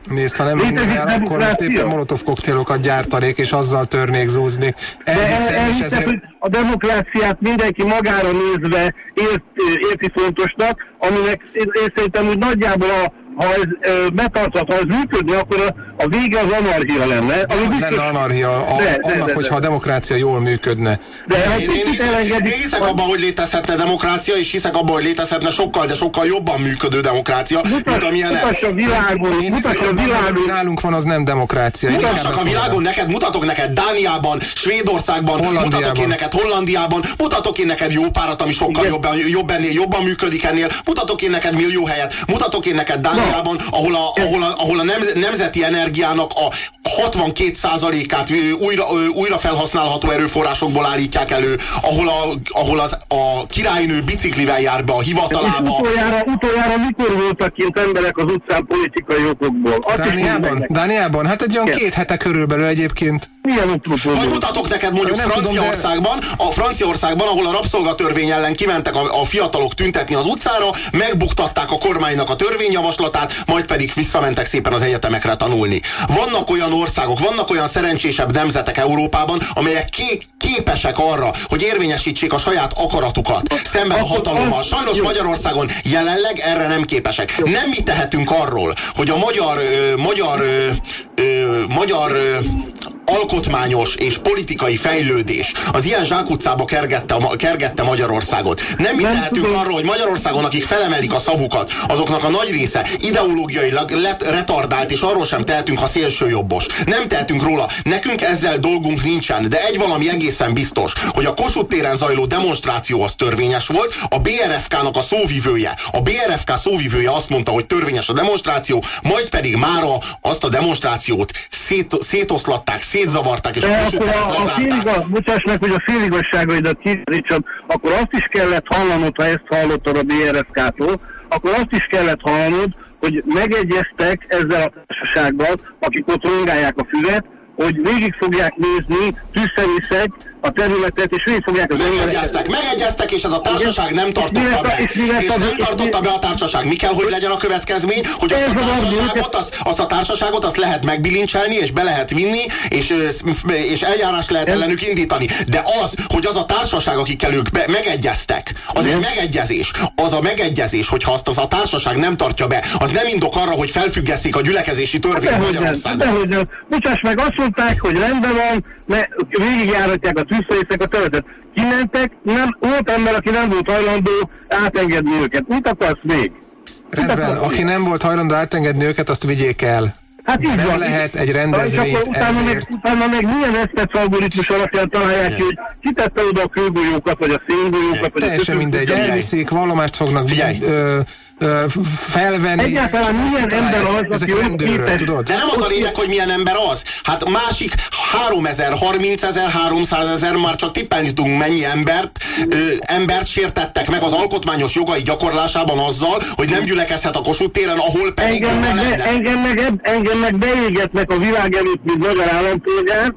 Nézd, ha nem hinnék el, akkor most éppen molotov koktélokat gyártanék, és azzal törnék, zúznék. Elhiszem, el, és ezért... hogy a demokráciát mindenki magára nézve ért, érti fontosnak, aminek én szerintem úgy nagyjából a ha ez e, betarthat, ha ez működne, akkor a, a vége az anarchia lenne. Nem lenne anarchia, a, de, annak, de, de, hogyha a demokrácia jól működne. De én, én, hiszek, én hiszek abban, hogy létezhetne demokrácia, és hiszek abban, hogy létezhetne sokkal, de sokkal jobban működő demokrácia, Mutat, mint amilyen ez. Mutass a világon, én hiszek a világon, nálunk van, az nem demokrácia. Mutassak a világon neked, mutatok neked Dániában, Svédországban, mutatok én neked Hollandiában, mutatok én neked jó párat, ami sokkal jobban, jobb ennél, jobban működik ennél, mutatok én neked millió helyet, mutatok én neked Dániában, ahol a, ahol a, ahol a nemzeti energiának a hatvankét százalékát újra, újra felhasználható erőforrásokból állítják elő, ahol, a, ahol az, a királynő biciklivel jár be a hivatalába. Utoljára, utoljára mikor voltak kint emberek az utcán politikai okokból? Dániában? Dániában? Hát egy olyan két hete körülbelül egyébként. Vagy mutatok neked mondjuk Franciaországban, a Franciaországban, ahol a rabszolgatörvény ellen kimentek a, a fiatalok tüntetni az utcára, megbuktatták a kormánynak a törvényjavaslatát, majd pedig visszamentek szépen az egyetemekre tanulni. Vannak olyan országok, vannak olyan szerencsésebb nemzetek Európában, amelyek ké képesek arra, hogy érvényesítsék a saját akaratukat szemben a hatalommal. Sajnos Magyarországon jelenleg erre nem képesek. Nem mi tehetünk arról, hogy a magyar, ö, magyar, ö, ö, magyar ö, alkotmányos és politikai fejlődés az ilyen zsákutcába kergette, kergette Magyarországot. Nem mi tehetünk arról, hogy Magyarországon, akik felemelik a szavukat, azoknak a nagy része ideológiailag retardált, és arról sem tehetünk, ha szélsőjobbos. Nem tehetünk róla. Nekünk ezzel dolgunk nincsen, de egy valami egészen biztos, hogy a Kossuth téren zajló demonstráció az törvényes volt, a bé er ef ká-nak a szóvivője, a bé er ef ká szóvivője azt mondta, hogy törvényes a demonstráció, majd pedig mára azt a demonstrációt szét, szétoszlatták, szétzavarták, és a Kossuth téren lezárták. Bocsáss meg, hogy a féligazságaidat kiítsam, akkor azt is kellett hallanod, ha ezt hallottad a bé er ef ká-tól, akkor azt is kellett hallanod, hogy megegyeztek ezzel a társasággal, akik ott rongálják a füvet, hogy végig fogják nézni tűzszerviszek a területet, és végig fogják az Megegyeztek, megegyeztek, és ez a társaság nem tartotta be. És, és nem tartotta be a társaság. Mi kell, hogy legyen a következmény? Hogy azt a társaságot, azt, azt a társaságot azt lehet megbilincselni, és be lehet vinni, és, és eljárást lehet ellenük indítani. De az, hogy az a társaság, akikkel ők be, megegyeztek, az egy megegyezés. Az a megegyezés, hogyha azt az a társaság nem tartja be, az nem indok arra, hogy felfüggesszék a gyülekezési törvényt Magyarországon. Bocsáss meg, azt mondták, hogy rendben van, mert végigjáratják a tűzszerészek a területet. Kimentek, nem, volt ember, aki nem volt hajlandó átengedni őket. Mit akarsz még? Rendben, aki nem volt hajlandó átengedni őket, azt vigyék el. Hát így nem van. lehet egy rendezvényt utána meg, utána meg milyen eszpec algoritmus alapján találják ki, hogy kitette oda a kőgolyókat, vagy a széngolyókat, vagy teljesen a mindegy, elviszik, vallomást fognak ö, ö, felvenni. Egyáltalán milyen ember az, aki rendőrök, tudod? De nem az a lényeg, hogy milyen ember az. Hát másik háromezer, harmincezer, háromszázezer, már csak tippelni tudunk mennyi embert, ö, embert sértettek meg az alkotmányos jogai gyakorlásában azzal, hogy nem gyülekezhet a Kossuth téren, ahol pedig engem meg, lenne. Engem meg, engem meg beégetnek a világ előtt, mint magyar állampolgárt.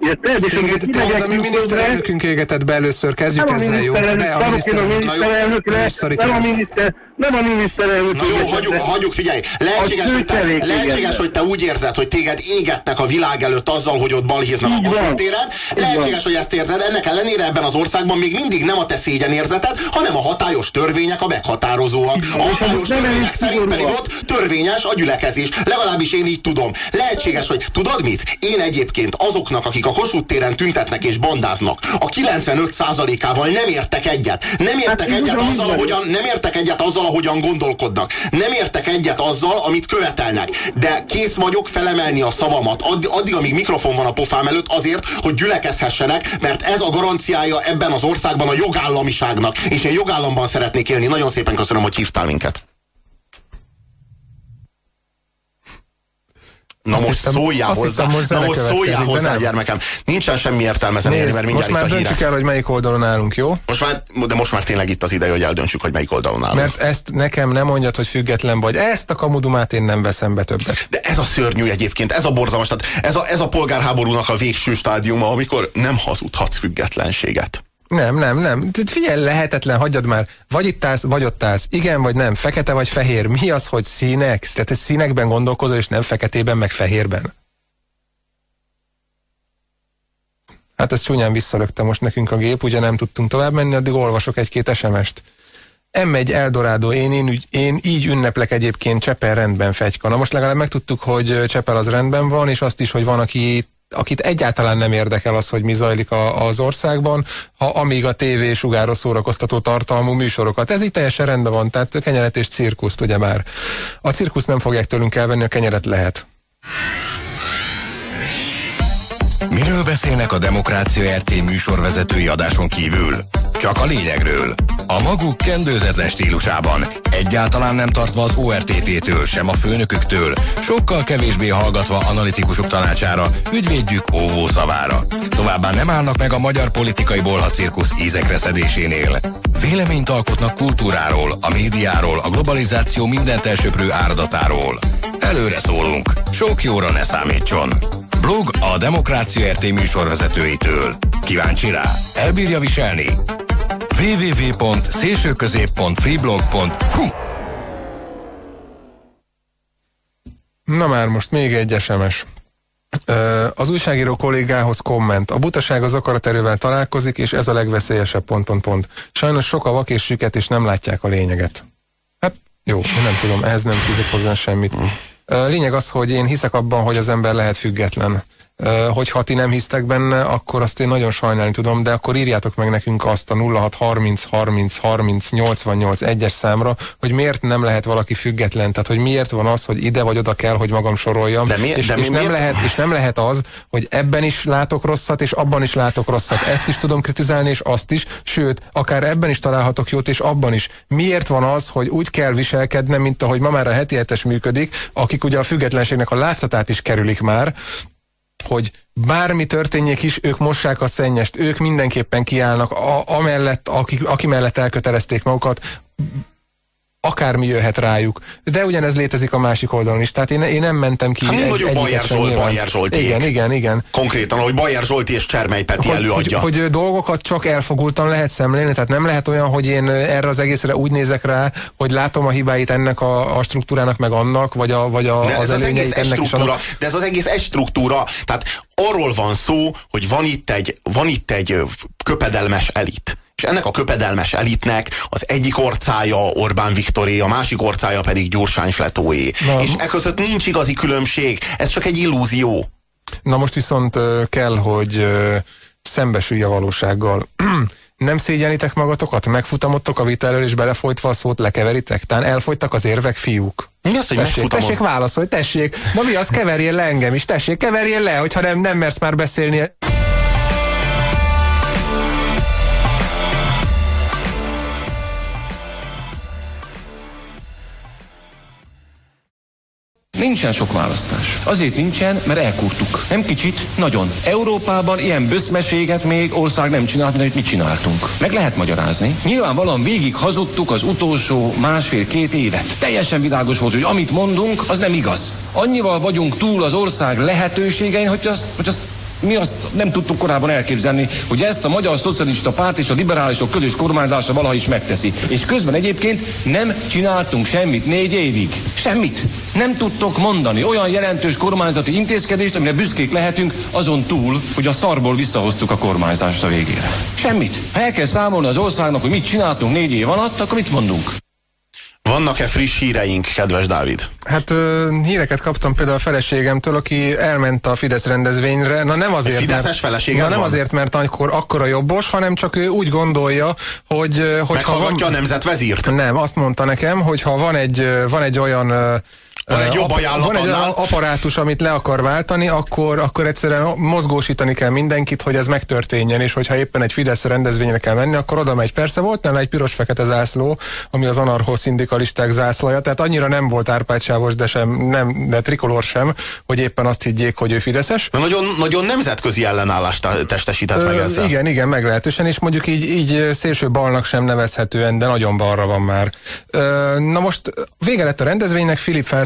Téged a mi miniszterelnökünk égetett be először, kezdjük ezzel, jó? De a miniszterelnökre, nem a miniszter, nem a miniszterelnök. Na jó, hagyjuk, hagyjuk, figyelj, lehetséges, hogy te, lehetséges, hogy te úgy érzed, hogy téged égetnek a világ előtt azzal, hogy ott balhéznak a Kossuth téren. Lehetséges, hogy ezt érzed, ennek ellenére ebben az országban még mindig nem a te szégyenérzeted, hanem a hatályos törvények a meghatározóak. A hatályos törvények szerint pedig ott törvényes a gyülekezés. Legalábbis én így tudom. Lehetséges, hogy tudod mit? Én egyébként azoknak, akik a Kossuth téren tüntetnek és bandáznak, a kilencvenöt százalékával nem értek egyet. Nem értek hát, egyet azzal, ahogyan, nem értek egyet azzal, ahogyan gondolkodnak. Nem értek egyet azzal, amit követelnek. De kész vagyok felemelni a szavamat addig, addig, amíg mikrofon van a pofám előtt azért, hogy gyülekezhessenek, mert ez a garanciája ebben az országban a jogállamiságnak. És én jogállamban szeretnék élni. Nagyon szépen köszönöm, hogy hívtál minket. Na most hiszem, szóljál hozzá, hiszem, na most szóljál hozzá, gyermekem. Nincsen semmi értelme zenélni, mert mindjárt itt a hírek. Most már döntsük el, hogy melyik oldalon állunk, jó? Most már, de most már tényleg itt az ideje, hogy eldöntsük, hogy melyik oldalon állunk. Mert ezt nekem nem mondjad, hogy független vagy. Ezt a kamudumát én nem veszem be többet. De ez a szörnyű egyébként, ez a borzalmas, tehát ez a, ez a polgárháborúnak a végső stádiuma, amikor nem hazudhatsz függetlenséget. Nem, nem, nem. Figyelj, lehetetlen, hagyjad már. Vagy itt állsz, vagy ott állsz. Igen, vagy nem. Fekete vagy fehér. Mi az, hogy színek? Tehát ez színekben gondolkozol, és nem feketében, meg fehérben. Hát ez csúnyán visszalökte most nekünk a gép, ugye nem tudtunk tovább menni, addig olvasok egy-két es em est. em egy Eldorado, én, én, én így ünneplek egyébként, Csepel rendben fegyka. Na most legalább megtudtuk, hogy Csepel az rendben van, és azt is, hogy van, aki akit egyáltalán nem érdekel az, hogy mi zajlik a, az országban, ha amíg a tévé sugáró szórakoztató tartalmú műsorokat. Ez így teljesen rendben van, tehát kenyeret és cirkuszt, ugye már. A cirkuszt nem fogják tőlünk elvenni, a kenyeret lehet. Miről beszélnek a Demokrácia er té műsorvezetői adáson kívül? Csak a lényegről. A maguk kendőzetlen stílusában, egyáltalán nem tartva az o er té té-től, sem a főnöküktől, sokkal kevésbé hallgatva analitikusok tanácsára, ügyvédjük óvó szavára. Továbbá nem állnak meg a magyar politikai bolhacirkusz ízekre szedésénél. Véleményt alkotnak kultúráról, a médiáról, a globalizáció mindent elsöprő áradatáról. Előre szólunk, sok jóra ne számítson. Blog a Demokrácia er té műsorvezetőitől. Kíváncsi rá? Elbírja viselni? double-u double-u double-u pont szélsőközép pont freeblog pont hu Na már most még egy es em es. Az újságíró kollégához komment. A butaság az akaraterővel találkozik, és ez a legveszélyesebb pont, pont, pont. Sajnos sok a vak és süket, és nem látják a lényeget. Hát jó, nem tudom, ehhez nem fűzök hozzá semmit. Lényeg az, hogy én hiszek abban, hogy az ember lehet független. Hogyha ti nem hisztek benne, akkor azt én nagyon sajnálni tudom, de akkor írjátok meg nekünk azt a nulla hat harminc harminc harminc nyolcvannyolc egyes számra, hogy miért nem lehet valaki független, tehát hogy miért van az, hogy ide vagy oda kell, hogy magam soroljam, de mi, és, de és, nem lehet, és nem lehet az, hogy ebben is látok rosszat, és abban is látok rosszat. Ezt is tudom kritizálni, és azt is, sőt, akár ebben is találhatok jót, és abban is. Miért van az, hogy úgy kell viselkednem, mint ahogy ma már a heti hetes működik, akik ugye a függetlenségnek a látszatát is kerülik már, hogy bármi történjék is, ők mossák a szennyest, ők mindenképpen kiállnak, a, amellett, akik, aki mellett elkötelezték magukat, akármi jöhet rájuk. De ugyanez létezik a másik oldalon is. Tehát én, én nem mentem ki. Hát mi vagyok Bajer Zsolt, Bajer Zsoltiék. Igen, igen, igen. Konkrétan, hogy Bajer Zsolti és Csermely Peti hogy, előadja. Hogy, hogy dolgokat csak elfogultan lehet szemlélni, tehát nem lehet olyan, hogy én erre az egészre úgy nézek rá, hogy látom a hibáit ennek a, a struktúrának, meg annak, vagy, a, vagy a, az előnyeit ennek is annak. De ez az egész egy struktúra. Tehát arról van szó, hogy van itt egy, van itt egy köpedelmes elit. És ennek a köpedelmes elitnek az egyik orcája Orbán Viktoré, a másik orcája pedig Gyurcsány Fletóé. Na, és e között nincs igazi különbség, ez csak egy illúzió. Na most viszont kell, hogy szembesülj a valósággal. Nem szégyenitek magatokat? Megfutamodtok a vita elől, és belefolytva a szót lekeveritek? Tán elfogytak az érvek, fiúk? Mi az, hogy tessék, tessék, válaszolj, tessék. Na mi az, keverjél le engem is, tessék, keverjél le, hogyha nem, nem mersz már beszélni. Nincsen sok választás. Azért nincsen, mert elkurtuk. Nem kicsit, nagyon. Európában ilyen böszmeséget még ország nem csinált, mint amit mi csináltunk. Meg lehet magyarázni. Nyilvánvalóan végig hazudtuk az utolsó másfél-két évet. Teljesen világos volt, hogy amit mondunk, az nem igaz. Annyival vagyunk túl az ország lehetőségein, hogy azt, hogy azt mi azt nem tudtuk korábban elképzelni, hogy ezt a Magyar Szocialista Párt és a liberálisok közös kormányzása valaha is megteszi. És közben egyébként nem csináltunk semmit négy évig. Semmit. Nem tudtok mondani olyan jelentős kormányzati intézkedést, amire büszkék lehetünk, azon túl, hogy a szarból visszahoztuk a kormányzást a végére. Semmit. Ha el kell számolni az országnak, hogy mit csináltunk négy év alatt, akkor mit mondunk? Vannak-e friss híreink, kedves Dávid? Hát ö, híreket kaptam például a feleségemtől, aki elment a Fidesz rendezvényre. Na nem azért, Fideszes mert, na nem azért, mert akkor akkora jobbos, hanem csak ő úgy gondolja, hogy... hogy meghallgatja van, a nemzetvezírt? Nem, azt mondta nekem, hogy ha van egy, van egy olyan... Van egy jobb ajánlat Van egy annál? apparátus, amit le akar váltani, akkor, akkor egyszerűen mozgósítani kell mindenkit, hogy ez megtörténjen, és hogyha éppen egy Fidesz rendezvényre kell menni, akkor oda megy. Persze volt nem egy piros-fekete zászló, ami az anarcho-szindikalisták zászlaja, tehát annyira nem volt árpádsávos, de sem, nem, de trikolor sem, hogy éppen azt higgyék, hogy ő fideszes. De nagyon, nagyon nemzetközi ellenállást testesítesz Ö, meg ezzel. Igen, igen, meglehetősen, és mondjuk így, így szélső balnak sem nevezhetően, de nagyon balra van már. Ö, na most vége lett a rendezvénynek, Filip felszólalt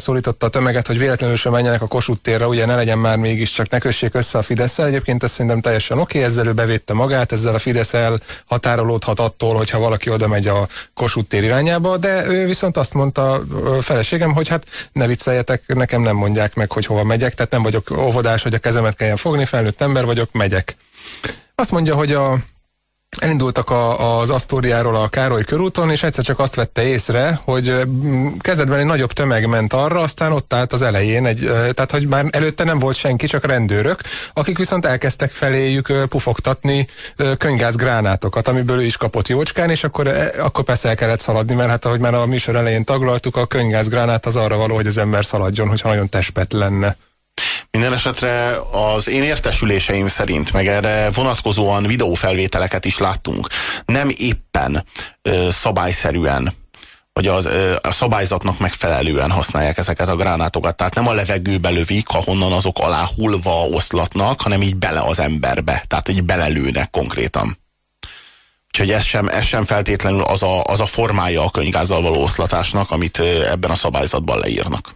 szólította a tömeget, hogy véletlenül sem menjenek a Kossuth térre, ugye ne legyen már mégiscsak, ne kössék össze a Fidesszel. Egyébként ez szerintem teljesen oké, okay, ezzel ő bevédte magát, ezzel a Fidesz elhatárolódhat attól, hogyha valaki oda megy a Kossuth tér irányába, de ő viszont azt mondta a feleségem, hogy hát ne vicceljetek, nekem nem mondják meg, hogy hova megyek, tehát nem vagyok óvodás, hogy a kezemet kelljen fogni, felnőtt ember vagyok, megyek. Azt mondja, hogy a elindultak a, az Asztóriáról a Károly körúton, és egyszer csak azt vette észre, hogy kezdetben egy nagyobb tömeg ment arra, aztán ott állt az elején, egy, tehát hogy már előtte nem volt senki, csak rendőrök, akik viszont elkezdtek feléjük pufogtatni könygázgránátokat, amiből ő is kapott jócskán, és akkor, akkor persze el kellett szaladni, mert hát ahogy már a műsor elején taglaltuk, a könygázgránát az arra való, hogy az ember szaladjon, hogyha nagyon testpet lenne. Minden esetre az én értesüléseim szerint, meg erre vonatkozóan videófelvételeket is láttunk, nem éppen ö, szabályszerűen, vagy az, ö, a szabályzatnak megfelelően használják ezeket a gránátokat. Tehát nem a levegőbe lövik, ahonnan azok alá hullva oszlatnak, hanem így bele az emberbe. Tehát így belelőnek konkrétan. Úgyhogy ez sem, ez sem feltétlenül az a, az a formája a könyvgázzal való oszlatásnak, amit ebben a szabályzatban leírnak.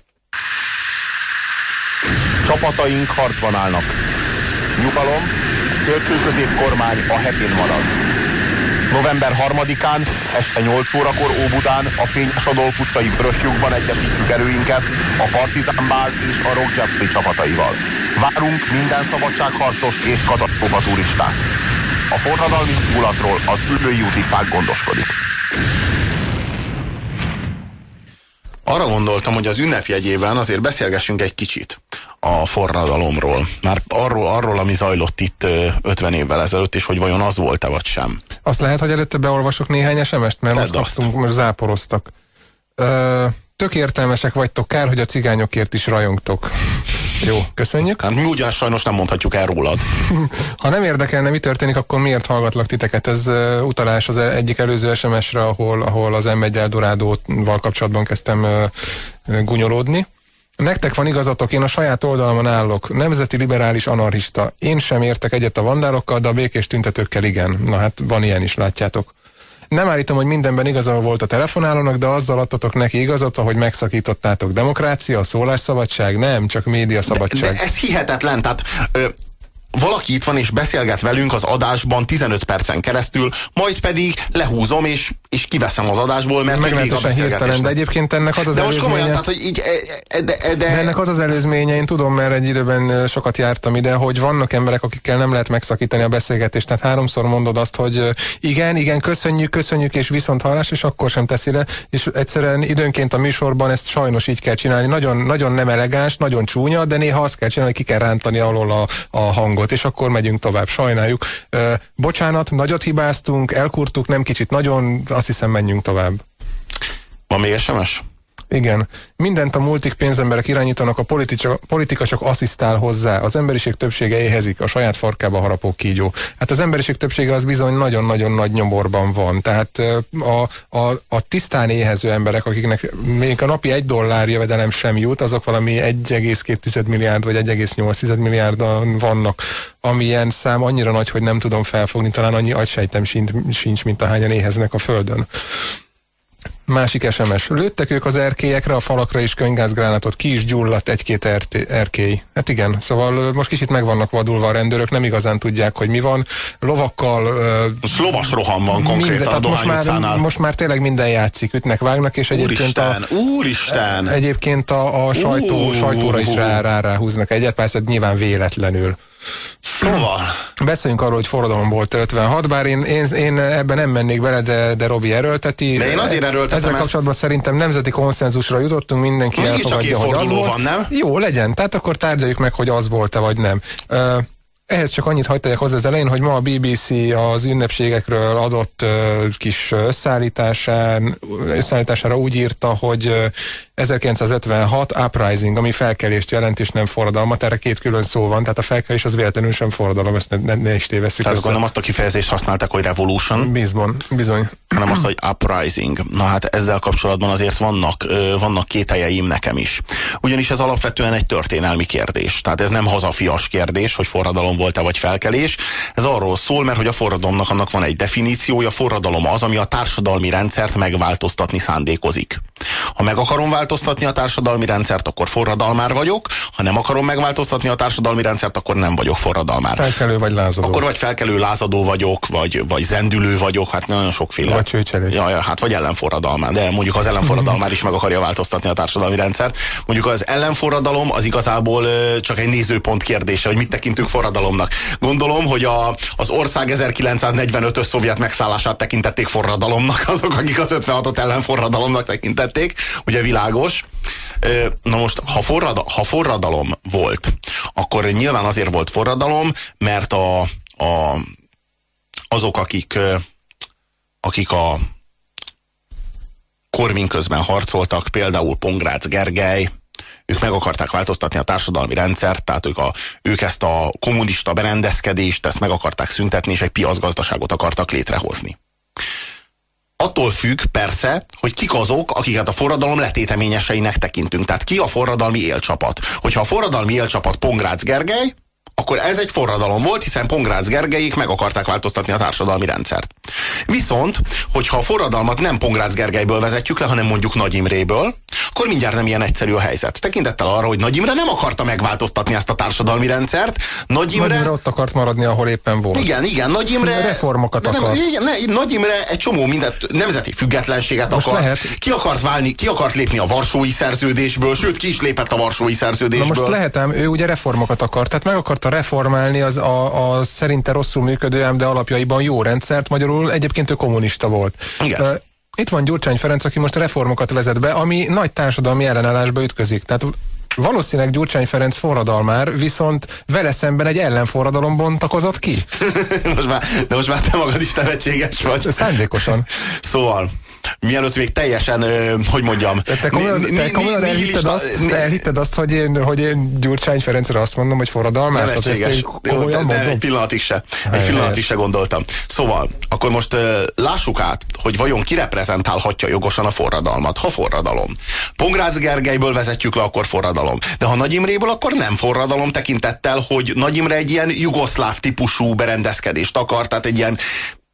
Csapataink harcban állnak. Nyugalom, szélső középkormány a hetén marad. november harmadikán este nyolc órakor Óbudán a Fényes Adolf utcai Vöröslyukban egyesítjük erőinket a Partizán Bál és a Rock Jeopardy csapataival. Várunk minden szabadságharcos és katasztrófa turistát. A forradalmi indulatról az Üllői úti fák gondoskodik. Arra gondoltam, hogy az ünnepjegyében azért beszélgessünk egy kicsit a forradalomról. Már arról, arról, ami zajlott itt ötven évvel ezelőtt, és hogy vajon az volt-e vagy sem. Azt lehet, hogy előtte beolvasok néhány es em est, mert Tedd most kaptunk, most záporoztak. Ö, tök értelmesek vagytok, kár, hogy a cigányokért is rajongtok. Jó, köszönjük. Hát mi ugyan sajnos nem mondhatjuk el rólad. Ha nem érdekelne, mi történik, akkor miért hallgatlak titeket? Ez uh, utalás az egyik előző es em es-re, ahol, ahol az em egy Eldorádóval kapcsolatban kezdtem uh, uh, gunyolódni. Nektek van igazatok, én a saját oldalamon állok. Nemzeti liberális anarchista. Én sem értek egyet a vandálokkal, de a békés tüntetőkkel igen. Na hát van ilyen is, látjátok. Nem állítom, hogy mindenben igaza volt a telefonálónak, de azzal adtatok neki igazat, hogy megszakítottátok. Demokrácia, szólásszabadság, nem, csak médiaszabadság. De, de ez hihetetlen, tehát... Ö, valaki itt van és beszélget velünk az adásban tizenöt percen keresztül, majd pedig lehúzom és, és kiveszem az adásból, mert meglehetősen hirtelen, de egyébként ennek az az de előzménye... Komolyan, tehát, hogy így, de, de, de ennek az az előzménye, én tudom, mert egy időben sokat jártam ide, hogy vannak emberek, akikkel nem lehet megszakítani a beszélgetést, tehát háromszor mondod azt, hogy igen, igen, köszönjük, köszönjük, és viszont hallás, és akkor sem teszi le, és egyszerűen időnként a műsorban ezt sajnos így kell csinálni. Nagyon, nagyon nem elegáns, nagyon csúnya, de néha azt kell csinálni, ki kell rántani alól a, a hangot, és akkor megyünk tovább, sajnáljuk. Ö, bocsánat, nagyot hibáztunk, elkurtuk, nem kicsit nagyon, azt hiszem menjünk tovább. Van még es em es? Igen. Mindent a multik pénzemberek irányítanak, a politika, politika csak asszisztál hozzá. Az emberiség többsége éhezik, a saját farkába harapó kígyó. Hát az emberiség többsége az bizony nagyon-nagyon nagy nyomorban van. Tehát a, a, a tisztán éhező emberek, akiknek még a napi egy dollár jövedelem sem jut, azok valami egy egész két milliárd vagy egy egész nyolc milliárdan vannak, amilyen szám annyira nagy, hogy nem tudom felfogni, talán annyi agysejtem sincs, mint ahányan éheznek a földön. Másik es em es. Lőttek ők az erkélyekre, a falakra is könygázgránátot, ki is gyulladt egy-két erkély. Hát igen, szóval most kicsit meg vannak vadulva a rendőrök, nem igazán tudják, hogy mi van. Lovakkal... Uh, lovas roham van konkrétan minden, a Dohány most utcánál. Már, most már tényleg minden játszik, ütnek, vágnak, és egyébként Úristen, a... Úristen! Egyébként a, a sajtó, uh, sajtóra is rá, rá, rá húznak egyet, persze nyilván véletlenül. Szóval. Beszéljünk arról, hogy forradalom volt ötvenhat, bár én, én, én ebben nem mennék bele, de, de Robi erőlteti. De én azért erőltetem. Ezzel kapcsolatban ezt... szerintem nemzeti konszenzusra jutottunk, mindenki elfogadja, hogy az volt. Van, nem? Jó, legyen, tehát akkor tárgyaljuk meg, hogy az volt-e vagy nem. Uh, Ehhez csak annyit hadd tegyek hozzá az elején, hogy ma a bé bé cé az ünnepségekről adott uh, kis összeállításán, összeállítására úgy írta, hogy uh, ezerkilencszázötvenhat uprising, ami felkelést jelent, és nem forradalmat. Erre két külön szó van, tehát a felkelés az véletlenül sem forradalom, ezt ne, ne, ne is tévesszük. Tehát akkor nem azt a kifejezést használták, hogy revolution. Bizony, bizony. Hanem azt, hogy uprising. Na hát ezzel kapcsolatban azért vannak, vannak kételjeim nekem is. Ugyanis ez alapvetően egy történelmi kérdés. Tehát ez nem hazafias kérdés, hogy forradalom volt-e vagy felkelés. Ez arról szól, mert hogy a forradalomnak annak van egy definíciója. Forradalom az, ami a társadalmi rendszert megváltoztatni szándékozik. Ha meg akarom változtatni a társadalmi rendszert, akkor forradalmár vagyok, ha nem akarom megváltoztatni a társadalmi rendszert, akkor nem vagyok forradalmár. Felkelő vagy lázadó. Akkor vagy felkelő lázadó vagyok, vagy, vagy zendülő vagyok, hát nagyon sokféle. Vagy csőcselő. Ja, ja, hát vagy ellenforradalmár, de mondjuk az ellenforradalmár is meg akarja változtatni a társadalmi rendszert. Mondjuk az ellenforradalom az igazából csak egy nézőpont kérdése, hogy mit tekintünk forradalomnak. Gondolom, hogy a, az ország ezerkilencszáznegyvenötös szovjet megszállását tekintették forradalomnak, azok, akik az ötvenhatot ellenforradalomnak tekintették, ugye világos. Na most, ha, forrada, ha forradalom volt, akkor nyilván azért volt forradalom, mert a, a, azok, akik, akik a Korvin közben harcoltak, például Pongrácz Gergely, ők meg akarták változtatni a társadalmi rendszert, tehát ők, a, ők ezt a kommunista berendezkedést, ezt meg akarták szüntetni, és egy piacgazdaságot akartak létrehozni. Attól függ persze, hogy kik azok, akiket a forradalom letéteményeseinek tekintünk. Tehát ki a forradalmi élcsapat. Hogyha a forradalmi élcsapat Pongrácz Gergely, akkor ez egy forradalom volt, hiszen Pongrácz Gergelyék meg akarták változtatni a társadalmi rendszert. Viszont, hogyha a forradalmat nem Pongrácz Gergelyből vezetjük le, hanem mondjuk Nagy Imréből, akkor mindjárt nem ilyen egyszerű a helyzet. Tekintettel arra, hogy Nagy Imre nem akarta megváltoztatni ezt a társadalmi rendszert. Nagy Imre, Nagy Imre ott akart maradni, ahol éppen volt. Igen, igen, Nagy Imre reformokat nem, akart. Igen, ne, Nagy Imre egy csomó mindent, nemzeti függetlenséget most akart. Lehet. Ki akart válni, ki akart lépni a Varsói Szerződésből, sőt ki is lépett a Varsói Szerződésből. Na most lehetem, ő ugye reformokat akart, tehát meg akarta reformálni az a, a szerinte rosszul működő, ám de alapjaiban jó rendszert, magyarul egyébként ő kommunista volt. Igen. Uh, Itt van Gyurcsány Ferenc, aki most reformokat vezet be, ami nagy társadalmi ellenállásba ütközik. Tehát valószínűleg Gyurcsány Ferenc forradalmár, viszont vele szemben egy ellenforradalom bontakozott ki. most már, de most már te magad is nevetséges vagy. Szándékosan. Szóval, mielőtt még teljesen, hogy mondjam... Te, te komolyan, te komolyan elhitted, azt, te elhitted azt, hogy én, hogy én Gyurcsány Ferencre azt mondom, hogy forradalmár? Nevetséges. De, de egy pillanatig se. Egy pillanatig se gondoltam. Szóval, akkor most lássuk át, hogy vajon ki reprezentálhatja jogosan a forradalmat. Ha forradalom. Pongrácz Gergelyből vezetjük le, akkor forradalom. De ha Nagy Imréből, akkor nem forradalom, tekintettel, hogy Nagy Imre egy ilyen jugoszláv típusú berendezkedést akar, tehát egy ilyen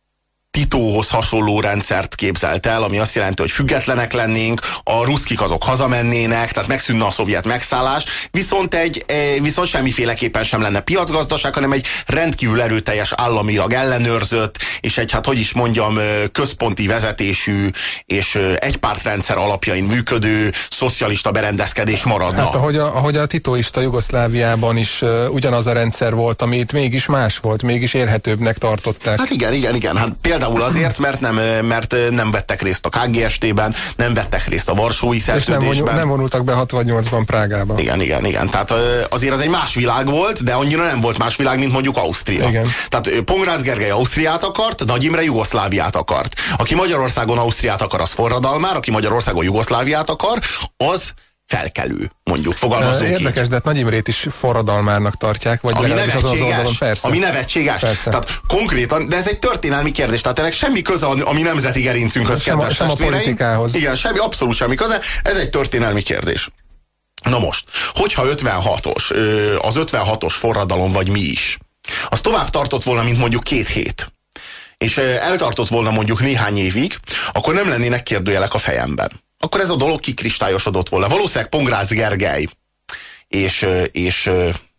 Titóhoz hasonló rendszert képzelt el, ami azt jelenti, hogy függetlenek lennénk, a ruszkik azok hazamennének, tehát megszűnne a szovjet megszállás, viszont, egy, viszont semmiféleképpen sem lenne piacgazdaság, hanem egy rendkívül erőteljes államilag ellenőrzött, és egy, hát hogy is mondjam, központi vezetésű és egypártrendszer alapjain működő szocialista berendezkedés maradna. Hát ahogy a, ahogy a titoista Jugoszláviában is uh, ugyanaz a rendszer volt, amit mégis más volt, mégis élhetőbbnek tartották. Hát igen, igen, igen. Hát például azért, mert nem, mert nem vettek részt a ká gé es té-ben, nem vettek részt a Varsói Szerződésben. És nem, nem vonultak be hatvannyolcban Prágába. Igen, igen, igen. Tehát azért az egy más világ volt, de annyira nem volt más világ, mint mondjuk Ausztria. Igen. Tehát Pongrácz Gergely Ausztriát akart, Nagy Imre Jugoszláviát akart. Aki Magyarországon Ausztriát akar, az forradalmár, aki Magyarországon Jugoszláviát akar, az felkelő, mondjuk, fogalmazunk Érdekes, így. De hát Nagy Imrét is forradalmárnak tartják, vagy ami legalábbis az az oldalon, persze. Ami nevetséges. Persze. Tehát konkrétan, de ez egy történelmi kérdés, tehát ennek semmi köze a, a mi nemzeti gerincünkhöz, sem, kedves sem a politikához. Igen, semmi, abszolút semmi köze, ez egy történelmi kérdés. Na most, hogyha ötvenhatos, az ötvenhatos forradalom vagy mi is, az tovább tartott volna, mint mondjuk két hét, és eltartott volna mondjuk néhány évig, akkor nem lennének kérdőjelek a fejemben. Akkor ez a dolog kikristályosodott volna. Valószínűleg Pongrácz Gergely és, és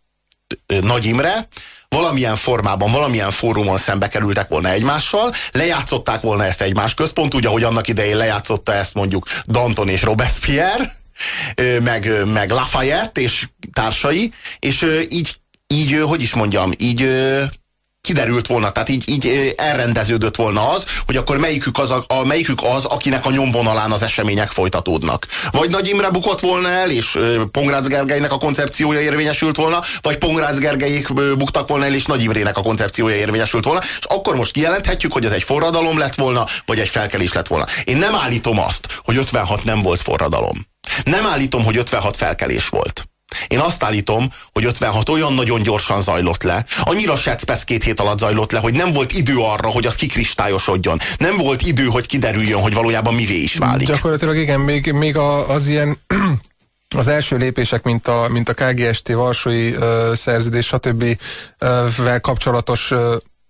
Nagy Imre valamilyen formában, valamilyen fórumon szembe kerültek volna egymással, lejátszották volna ezt egymás központ, úgy, ahogy annak idején lejátszotta ezt mondjuk Danton és Robespierre, meg, meg Lafayette és társai, és így, így, hogy is mondjam, így kiderült volna, tehát így, így elrendeződött volna az, hogy akkor melyikük az, a, a, melyikük az, akinek a nyomvonalán az események folytatódnak. Vagy Nagy Imre bukott volna el, és Pongrácz Gergelynek a koncepciója érvényesült volna, vagy Pongrácz Gergelyék buktak volna el, és Nagy Imrének a koncepciója érvényesült volna, és akkor most kijelenthetjük, hogy ez egy forradalom lett volna, vagy egy felkelés lett volna. Én nem állítom azt, hogy ötvenhat nem volt forradalom. Nem állítom, hogy ötvenhat felkelés volt. Én azt állítom, hogy ötvenhat olyan nagyon gyorsan zajlott le, annyira secpec két hét alatt zajlott le, hogy nem volt idő arra, hogy az kikristályosodjon. Nem volt idő, hogy kiderüljön, hogy valójában mivé is válik. Gyakorlatilag igen, még, még a, az ilyen az első lépések, mint a, mint a ká gé es té, Varsói uh, Szerződés, stb. Uh, vel kapcsolatos, uh, tehát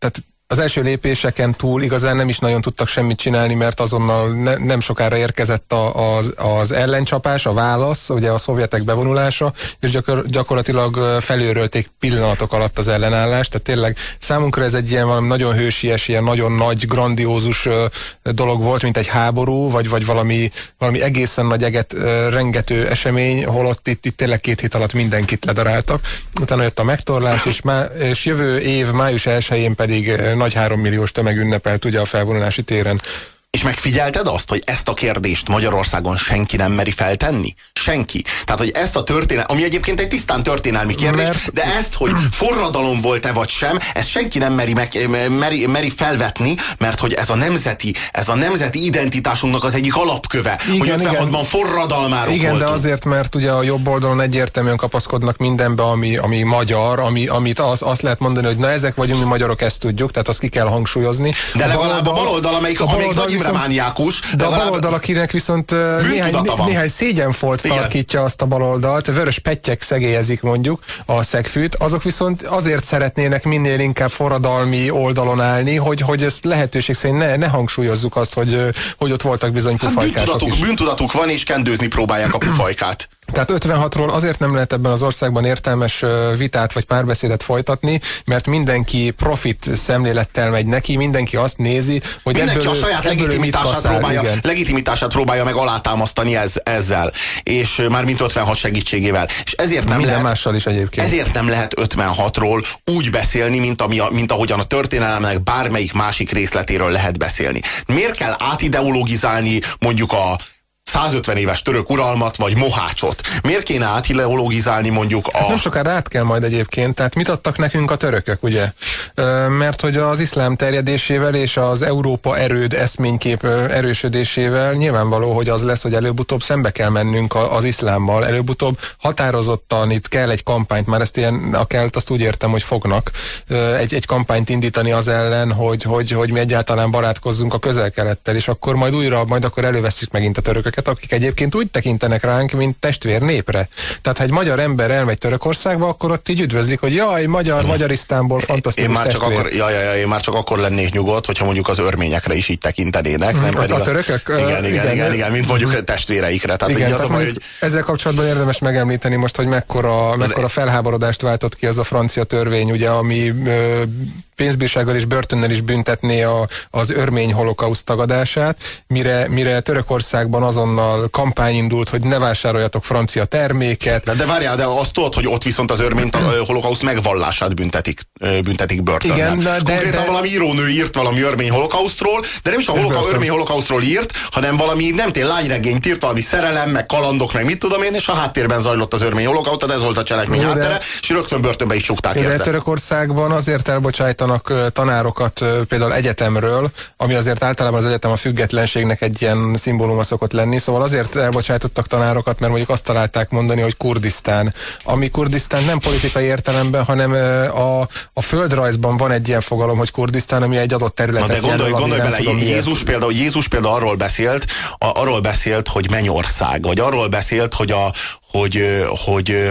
az első lépéseken túl igazán nem is nagyon tudtak semmit csinálni, mert azonnal ne, nem sokára érkezett a, az, az ellencsapás, a válasz, ugye a szovjetek bevonulása, és gyakor, gyakorlatilag felőrölték pillanatok alatt az ellenállást, tehát tényleg számunkra ez egy ilyen valami nagyon hősies, ilyen nagyon nagy, grandiózus dolog volt, mint egy háború, vagy, vagy valami, valami egészen nagy eget rengető esemény, holott itt, itt tényleg két hét alatt mindenkit ledaráltak. Utána jött a megtorlás, és, má, és jövő év május elsején pedig nagy hárommilliós tömeg ünnepelt ugye a felvonulási téren. És megfigyelted azt, hogy ezt a kérdést Magyarországon senki nem meri feltenni? Senki. Tehát, hogy ezt a történet, ami egyébként egy tisztán történelmi kérdés, mert... de ezt, hogy forradalom volt-e vagy sem, ezt senki nem meri, meg, meri, meri felvetni, mert hogy ez a nemzeti, ez a nemzeti identitásunknak az egyik alapköve, igen, hogy ötvenhatban forradalmárok igen, voltunk. De azért, mert ugye a jobb oldalon egyértelműen kapaszkodnak mindenbe, ami, ami magyar, ami, amit az, azt lehet mondani, hogy na ezek vagyunk, mi magyarok, ezt tudjuk, tehát azt ki kell hangsúlyozni. De legalább a baloldal, amelyik, amelyik nagy mániákus, de a baloldal, akinek viszont néhány, néhány szégyenfolt tarkítja azt a baloldalt, vörös pettyek szegélyezik mondjuk a szegfűt, azok viszont azért szeretnének minél inkább forradalmi oldalon állni, hogy, hogy ezt lehetőség szerint ne, ne hangsúlyozzuk azt, hogy, hogy ott voltak bizony pufajkások hát bűntudatuk, is. Bűntudatuk van, és kendőzni próbálják a pufajkát. Tehát ötvenhatról azért nem lehet ebben az országban értelmes vitát vagy párbeszédet folytatni, mert mindenki profit szemlélettel megy neki, mindenki azt nézi, hogy mindenki ebből, a saját ebből legitimitását próbálja, legitimitását próbálja meg alátámasztani ez, ezzel, és már mint ötvenhat segítségével. És ezért nem, lehet, mással is egyébként. ezért nem lehet ötvenhatról úgy beszélni, mint, ami a, mint ahogyan a történelemnek bármelyik másik részletéről lehet beszélni. Miért kell átideologizálni mondjuk a százötven éves török uralmat, vagy Mohácsot? Miért kéne átideologizálni mondjuk a... Hát nem sokára át kell majd egyébként, tehát mit adtak nekünk a törökök, ugye? Mert hogy az iszlám terjedésével és az Európa erőd eszménykép erősödésével nyilvánvaló, hogy az lesz, hogy előbb-utóbb szembe kell mennünk az iszlámmal, előbb-utóbb határozottan itt kell egy kampányt, már ezt ilyen a kelt, azt úgy értem, hogy fognak egy, egy kampányt indítani az ellen, hogy, hogy, hogy mi egyáltalán barátkozzunk a Közel-Kelettel, és akkor majd újra, majd akkor elővesszük megint a törököket, akik egyébként úgy tekintenek ránk, mint testvér népre. Tehát ha egy magyar ember elmegy Törökországba, akkor ott így üdvözlik, hogy jaj, magyar, Magyarisztánból fantasztikus én már testvér. Csak akkor, jaj, jaj, én már csak akkor lennék nyugodt, hogyha mondjuk az örményekre is így tekintenének. Hmm, nem pedig a törökök? A, igen, igen, igen, igen, igen, mint mondjuk a testvéreikre. Tehát igen, az tehát a baj, hogy... ezzel kapcsolatban érdemes megemlíteni most, hogy mekkora, mekkora az... felháborodást váltott ki az a francia törvény, ugye, ami ö, pénzbírsággal és börtönnel is büntetné a, az örmény holokauszt tagadását, mire, mire Törökországban azonnal kampány indult, hogy ne vásároljatok francia terméket. De, de várjál, de azt tudod, hogy ott viszont az örmény holokauszt megvallását büntetik, büntetik börtönnel. Igen, de, konkrétan de, valami írónő írt valami örmény holokausztról, de nem is a holoka, örmény holokausztról írt, hanem valami nem tél lányregényt írt, valami szerelem, meg kalandok, meg mit tudom én, és a háttérben zajlott az örmény holokauszt, tehát ez volt a cselekmény háttere, és rögtön börtönbe is csukták érte. De Törökországban azért elbocsájtanak tanárokat például egyetemről, ami azért általában az egyetem a függetlenségnek egy ilyen szimbóluma szokott lenni, szóval azért elbocsájtottak tanárokat, mert mondjuk azt találták mondani, hogy Kurdisztán. Ami Kurdisztán nem politikai értelemben, hanem a, a földrajzban van egy ilyen fogalom, hogy Kurdisztán, ami egy adott területet. Na de gondolj, jelöl, gondolj bele, Jézus például, Jézus például arról beszélt, a, arról beszélt, hogy mennyország, vagy arról beszélt, hogy a, hogy, hogy,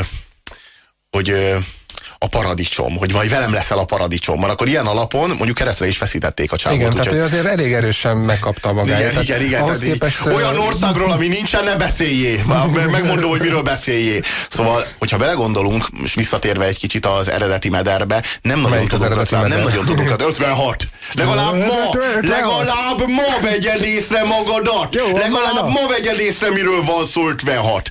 hogy, hogy a paradicsom, hogy majd velem leszel a paradicsommal, akkor ilyen alapon mondjuk keresztre is feszítették a csávót. Igen, tehát hogy azért elég erősen megkapta magáját. Igen, igen, igen. Tehát képest, olyan országról, ami nincsen, ne beszéljé. Megmondom, hogy miről beszéljé. Szóval, hogyha belegondolunk, és visszatérve egy kicsit az eredeti mederbe, nem nagyon tudunk ötven, nem nagyon tudunk ötvenhat. Legalább ma, legalább ma vegyed észre magadat. Legalább ma vegyed észre, miről van szó ötvenhat.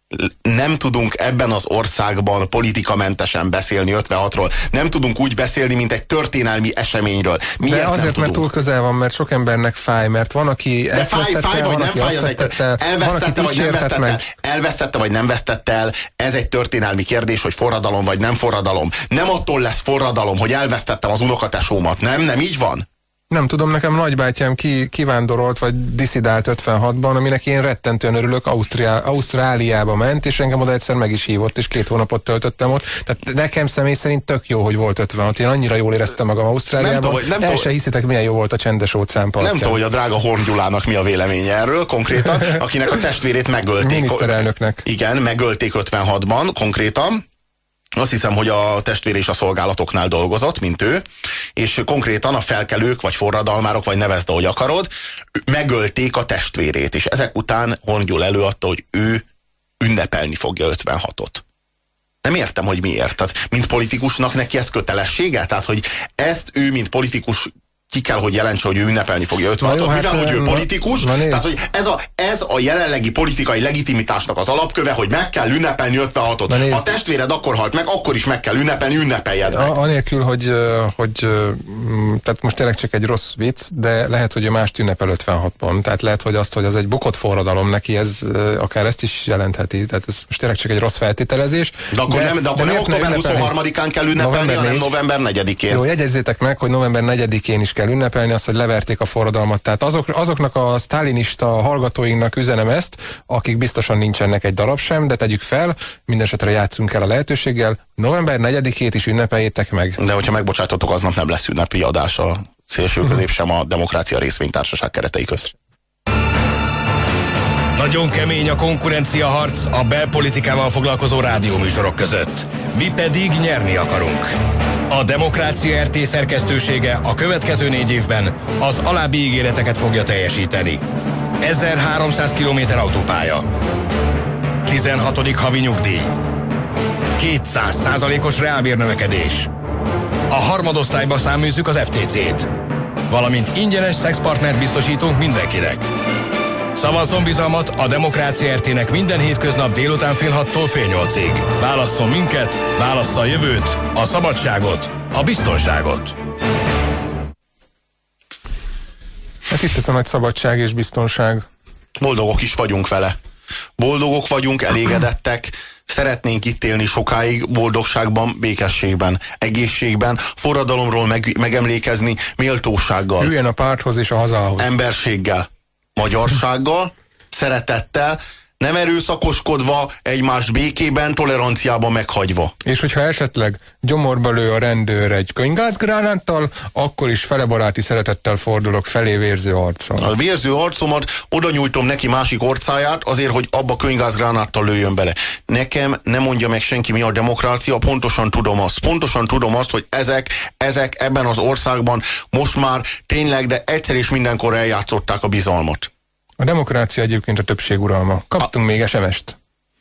Nem tudunk ebben az országban politikamentesen beszélni ötvenhatról. Nem tudunk úgy beszélni, mint egy történelmi eseményről. Miért de azért, mert túl közel van, mert sok embernek fáj, mert van, aki de fáj, fáj vagy nem fáj, az egy elvesztette vagy nem vesztette el. Elvesztette vagy nem vesztette el. Ez egy történelmi kérdés, hogy forradalom vagy nem forradalom. Nem attól lesz forradalom, hogy elvesztettem az unokatesómat. Nem, nem így van? Nem tudom, nekem nagybátyám ki, kivándorolt, vagy diszidált ötvenhatban, aminek én rettentően örülök, Ausztriá, Ausztráliába ment, és engem oda egyszer meg is hívott, és két hónapot töltöttem ott. Tehát nekem személy szerint tök jó, hogy volt ötvenhat. Én annyira jól éreztem magam Ausztráliában. Nem tudom, El se hiszitek, milyen jó volt a csendes óceán partján. Nem tudom, hogy a drága Horn Gyulának mi a véleménye erről konkrétan, akinek a testvérét megölték. Miniszterelnöknek. Igen, megölték ötvenhatban konkrétan. azt hiszem, hogy a testvér és a szolgálatoknál dolgozott, mint ő, és konkrétan a felkelők, vagy forradalmárok, vagy nevezd, ahogy akarod, megölték a testvérét, és ezek után Horngyul előadta, hogy ő ünnepelni fogja ötvenhatot. Nem értem, hogy miért. Tehát, mint politikusnak neki ez kötelessége? Tehát, hogy ezt ő, mint politikus ki kell, hogy jelentse, hogy ő ünnepelni fogja ötvenhatot, hát, mivel, hogy ő politikus. Na, na tehát, hogy ez a, ez a jelenlegi politikai legitimitásnak az alapköve, hogy meg kell ünnepelni ötvenhatot. Ha a testvéred akkor halt meg, akkor is meg kell ünnepelni, ünnepeljed meg. Anélkül, hogy, hogy tehát most tényleg csak egy rossz vicc, de lehet, hogy ő mást ünnepel ötvenhatban. Tehát lehet, hogy azt, hogy az egy bukott forradalom neki, ez akár ezt is jelentheti. Tehát ez most tényleg csak egy rossz feltételezés. De akkor de, nem, de akkor de nem október huszonharmadikán kell ünnepelni, hanem november negyedikén. Jó, jegyezzétek meg, hogy november negyedikén is kell ünnepelni azt, hogy leverték a forradalmat. Tehát azok, azoknak a sztálinista hallgatóinknak üzenem ezt, akik biztosan nincsenek egy darab sem, de tegyük fel, mindenesetre játszunk el a lehetőséggel, november negyedikét is ünnepeljétek meg. De hogyha megbocsátotok, aznap nem lesz ünnepi adás a szélső közép sem a Demokrácia Részvénytársaság keretei közt. Nagyon kemény a konkurencia harc a belpolitikával foglalkozó rádióműsorok között. Mi pedig nyerni akarunk. A Demokrácia er té szerkesztősége a következő négy évben az alábbi ígéreteket fogja teljesíteni. ezerháromszáz kilométer autópálya. tizenhatodik havi nyugdíj. kétszáz százalékos reálbérnövekedés. A harmadosztályba száműzzük az ef té cét. Valamint ingyenes szexpartnert biztosítunk mindenkinek. Szavazzon bizalmat a Demokrácia er té-nek minden hétköznap délután fél hattól fél nyolcig. Válasszon minket, válassza a jövőt, a szabadságot, a biztonságot. Hát itt ez a nagy szabadság és biztonság. Boldogok is vagyunk vele. Boldogok vagyunk, elégedettek, szeretnénk itt élni sokáig, boldogságban, békességben, egészségben, forradalomról meg, megemlékezni, méltósággal. Üljen a párthoz és a hazához. Emberséggel, magyarsággal, szeretettel, nem erőszakoskodva, egymást békében, toleranciában meghagyva. És hogyha esetleg gyomorba lő a rendőr egy könygázgránáttal, akkor is felebaráti szeretettel fordulok felé vérző arccal. A vérző arcomat oda nyújtom neki másik orcáját, azért, hogy abba könygázgránáttal lőjön bele. Nekem nem mondja meg senki, mi a demokrácia, pontosan tudom azt. Pontosan tudom azt, hogy ezek, ezek ebben az országban most már tényleg, de egyszer és mindenkor eljátszották a bizalmat. A demokrácia egyébként a többség uralma. Kaptunk a... még es em est.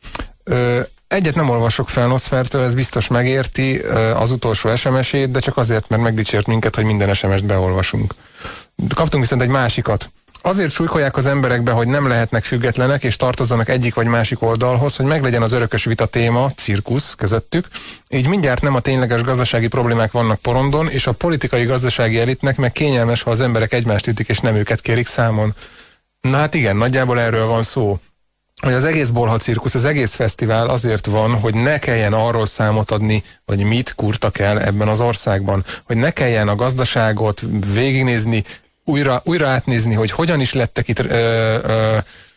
Ö, egyet nem olvasok fel Noszfertől, ez biztos megérti az utolsó es em esét, de csak azért, mert megdicsért minket, hogy minden es em est beolvasunk. Kaptunk viszont egy másikat. Azért súlykolják az emberekbe, hogy nem lehetnek függetlenek, és tartozzanak egyik vagy másik oldalhoz, hogy meglegyen az örökös vita téma, cirkusz közöttük. Így mindjárt nem a tényleges gazdasági problémák vannak porondon, és a politikai gazdasági elitnek meg kényelmes, ha az emberek egymást ütik, és nem őket kérik számon. Na hát igen, nagyjából erről van szó, hogy az egész bolha cirkusz, az egész fesztivál azért van, hogy ne kelljen arról számot adni, hogy mit kurtak el ebben az országban, hogy ne kelljen a gazdaságot végignézni, újra, újra átnézni, hogy hogyan is lettek itt ö, ö,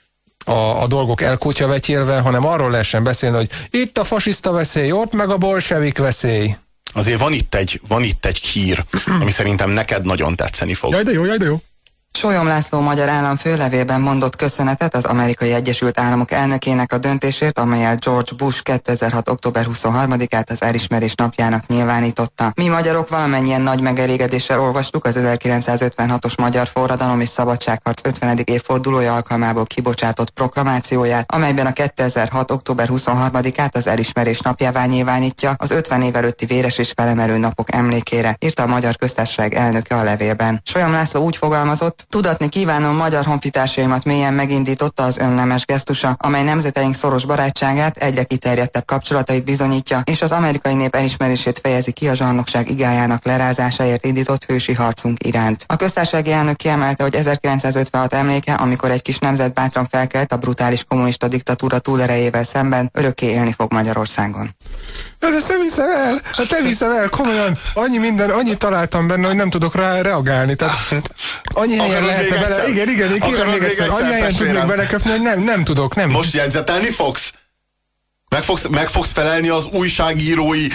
a, a dolgok elkutyavetjélve, hanem arról lehessen beszélni, hogy itt a fasiszta veszély, ott meg a bolsevik veszély. Azért van itt egy, van itt egy hír, ami szerintem neked nagyon tetszeni fog. Jaj, de jó, jaj, de jó. Sólyom László magyar államfő levélben mondott köszönetet az Amerikai Egyesült Államok elnökének a döntésért, amellyel George Bush kétezer-hat. október huszonharmadikát az elismerés napjának nyilvánította. Mi magyarok valamennyien nagy megelégedéssel olvastuk az ezerkilencszázötvenhatos magyar forradalom és szabadságharc ötvenedik évfordulója alkalmából kibocsátott proklamációját, amelyben a kétezer-hat. október huszonharmadikát az elismerés napjává nyilvánítja az ötven év előtti véres és felemelő napok emlékére, írta a Magyar Köztársaság elnöke a levélben. Sólyom László úgy fogalmazott: tudatni kívánom, magyar honfitársaimat mélyen megindította az önnemes gesztusa, amely nemzeteink szoros barátságát, egyre kiterjedtebb kapcsolatait bizonyítja, és az amerikai nép elismerését fejezi ki a zsarnokság igájának lerázásáért indított hősi harcunk iránt. A köztársasági elnök kiemelte, hogy ezerkilencszázötvenhat emléke, amikor egy kis nemzet bátran felkelt a brutális kommunista diktatúra túlerejével szemben, örökké élni fog Magyarországon. Hát ezt nem hiszem el, hát nem hiszem el, komolyan, annyi minden, annyit találtam benne, hogy nem tudok rá reagálni, tehát annyi helyen lehetne bele, egyszer? igen, igen, kérem még egyszer, annyi helyen tudnék beleköpni, hogy nem, nem tudok, nem. Most jegyzetelni fogsz? Meg fogsz, meg fogsz felelni az újságírói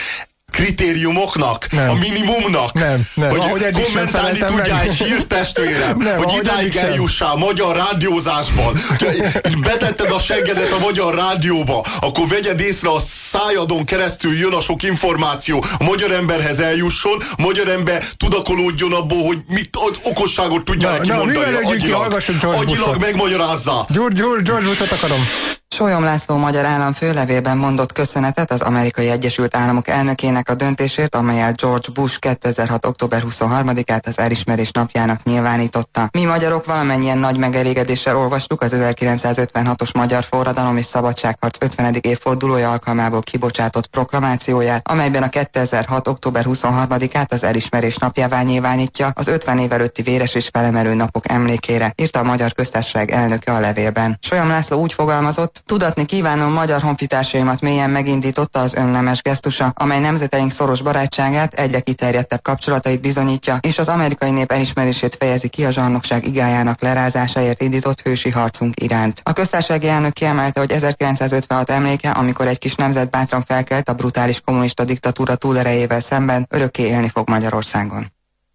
kritériumoknak, nem. a minimumnak, nem, nem. hogy kommentálni tudja meg. Egy hírtestvérem, nem, hogy idáig eljussál magyar rádiózásban, betetted a seggedet a magyar rádióba, akkor vegyed észre, a szájadon keresztül jön a sok információ, a magyar emberhez eljusson, a magyar ember tudakolódjon abból, hogy mit okosságot tudja na, neki na, mondani, agyilag, agyilag megmagyarázza. George, George, George Bushot akarom. Sólyom László magyar állam főlevében mondott köszönetet az Amerikai Egyesült Államok elnökének a döntésért, amellyel George Bush kétezer-hat. október huszonharmadikát az elismerés napjának nyilvánította. Mi magyarok valamennyien nagy megelégedéssel olvastuk az ezerkilencszázötvenhatos magyar forradalom és szabadságharc ötvenedik évfordulója alkalmából kibocsátott proklamációját, amelyben a kétezer-hat. október huszonharmadikát az elismerés napjává nyilvánítja az ötven év előtti véres és felemelő napok emlékére, írta a Magyar Köztársaság elnöke a levélben. Sólyom László úgy fogalmazott: tudatni kívánom magyar honfitársaimat mélyen megindította az önnemes gesztusa, amely nemzeteink szoros barátságát, egyre kiterjedtebb kapcsolatait bizonyítja, és az amerikai nép elismerését fejezi ki a zsarnokság igájának lerázásáért indított hősi harcunk iránt. A köztársasági elnök kiemelte, hogy ezerkilencszázötvenhat emléke, amikor egy kis nemzet bátran felkelt a brutális kommunista diktatúra túlerejével szemben, örökké élni fog Magyarországon.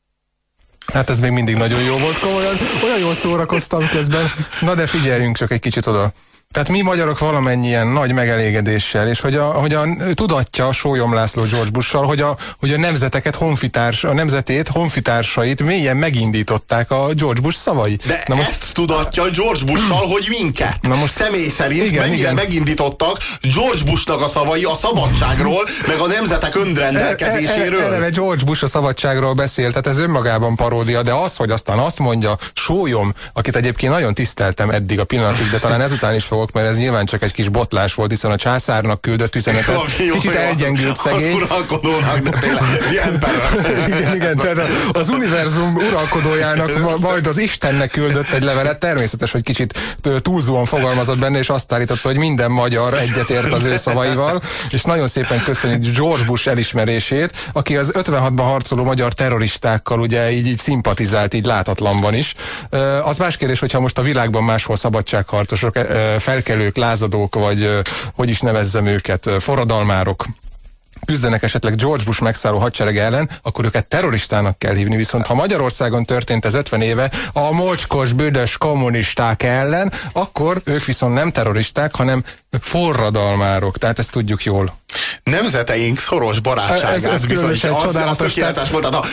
Hát ez még mindig nagyon jó volt, komolyan. Olyan jól szórakoztam közben. Na de figyeljünk csak egy kicsit oda. Tehát mi magyarok valamennyien nagy megelégedéssel, és hogy a, hogy a tudatja Sólyom László George Bush-sal, hogy a, hogy a nemzeteket, honfitárs, a nemzetét, honfitársait mélyen megindították a George Bush szavai. De na most, ezt tudatja George Bush-sal, hogy minket. Na most, személy szerint igen, mennyire igen. megindítottak George Bush-nak a szavai a szabadságról, meg a nemzetek önrendelkezéséről. Eleve George Bush a szabadságról beszélt, tehát ez önmagában paródia, de az, hogy aztán azt mondja Sólyom, akit egyébként nagyon tiszteltem eddig a pillanatig, de talán ezután is fogok, mert ez nyilván csak egy kis botlás volt, hiszen a császárnak küldött üzenetet. Jó, kicsit jó, elgyengült szegény. Az uralkodónak, de tényleg, igen, igen, tehát az univerzum uralkodójának, majd az Istennek küldött egy levelet. Természetes, hogy kicsit túlzóan fogalmazott benne, és azt állította, hogy minden magyar egyetért az ő szavaival, és nagyon szépen köszönjük George Bush elismerését, aki az ötvenhatban harcoló magyar terroristákkal ugye így, így szimpatizált, így látatlanban is. Az más kérdés, hogyha most a világban máshol szabadságharcosok, felkelők, lázadók, vagy hogy is nevezzem őket, forradalmárok küzdenek esetleg George Bush megszálló hadsereg ellen, akkor őket terroristának kell hívni. Viszont ha Magyarországon történt ez ötven éve a mocskos, büdös kommunisták ellen, akkor ők viszont nem terroristák, hanem forradalmárok. Tehát ezt tudjuk jól. Nemzeteink szoros barátságát ez, ez bizonyítja. Az, az tökéletes volt. A,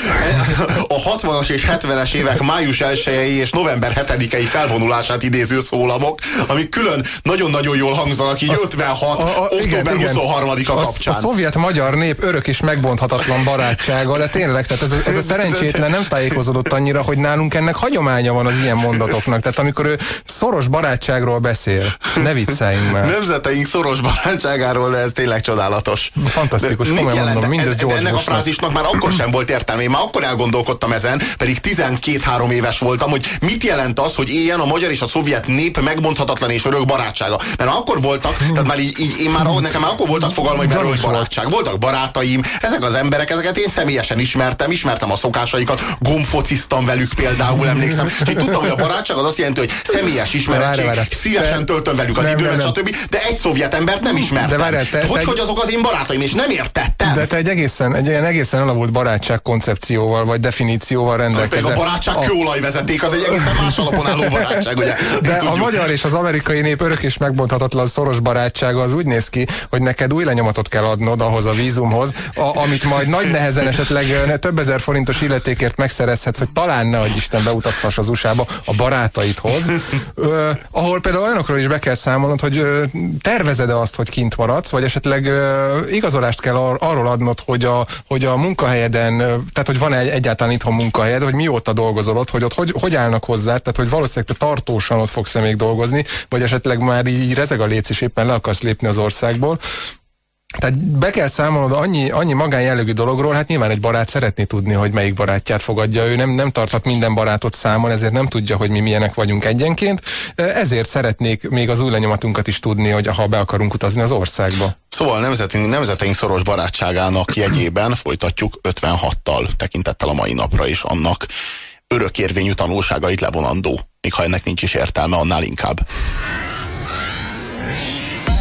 a hatvanas és hetvenes évek május elsejei és november hetedikei felvonulását idéző szólamok, amik külön nagyon-nagyon jól hangzanak így az, ötvenhat. A, a, október huszonharmadika kapcsán. A, a szovjet-magyar nép örök és megbonthatatlan barátsága, de tényleg, tehát ez, ez a szerencsétlen nem tájékozódott annyira, hogy nálunk ennek hagyománya van az ilyen mondatoknak. Tehát amikor ő szoros barátságról beszél, ne vicceljünk már. Nemzeteink szoros barátságáról, de ez tényleg csodálatos. Fantasztikus, komolyan mondom, mindez George ennek Bushnak. A frázisnak már akkor sem volt értelme. Én már akkor elgondolkodtam ezen, pedig tizenkét-három éves voltam, hogy mit jelent az, hogy éljen a magyar és a szovjet nép megmondhatatlan és örök barátsága. Mert már akkor voltak, tehát már így, így én már, nekem már akkor voltak fogalmai, hogy örök barátság. Voltak barátaim, ezek az emberek, ezeket én személyesen ismertem, ismertem a szokásaikat, gombfociztam velük például, emlékszem. És én tudtam, hogy a barátság az azt jelenti, hogy személyes ismerettség, szívesen töltöm velük az időmet, stb. De egy szovjet embert nem ismertem. Hogy, hogy azok az én barátaim, és nem értettem. De te egy egészen, egy ilyen egészen elavult barátság koncepcióval, vagy definícióval rendelkezel. A barátság a... kőolajvezeték, az egy egészen más alapon álló barátság, ugye? De a magyar és az amerikai nép örök és megbonthatatlan szoros barátsága az úgy néz ki, hogy neked új lenyomatot kell adnod ahhoz a vízumhoz, a, amit majd nagy nehezen esetleg több ezer forintos illetékért megszerezhetsz, hogy talán nehogy Isten beutazhass az u es á-ba a barátaidhoz, ö, ahol például olyanokról is be kell számolnod, hogy ö, tervezed-e azt, hogy kint maradsz, vagy esetleg ö, igazolást kell ar arról adnod, hogy a, hogy a munkahelyeden, tehát hogy van egy, egyáltalán itthon munkahelyed, hogy mióta dolgozol ott, hogy ott hogy, hogy állnak hozzá, tehát hogy valószínűleg te tartósan ott fogsz még dolgozni, vagy esetleg már így rezeg a léc, és éppen le akarsz lépni az országból. Tehát be kell számolnod annyi, annyi magánjellegű dologról, hát nyilván egy barát szeretné tudni, hogy melyik barátját fogadja, ő nem, nem tarthat minden barátot számon, ezért nem tudja, hogy mi milyenek vagyunk egyenként, ezért szeretnék még az új lenyomatunkat is tudni, hogy ha be akarunk utazni az országba. Szóval nemzeteink, nemzeteink szoros barátságának jegyében folytatjuk ötvenhattal, tekintettel a mai napra is annak örökérvényű tanulságait levonandó, még ha ennek nincs is értelme, annál inkább.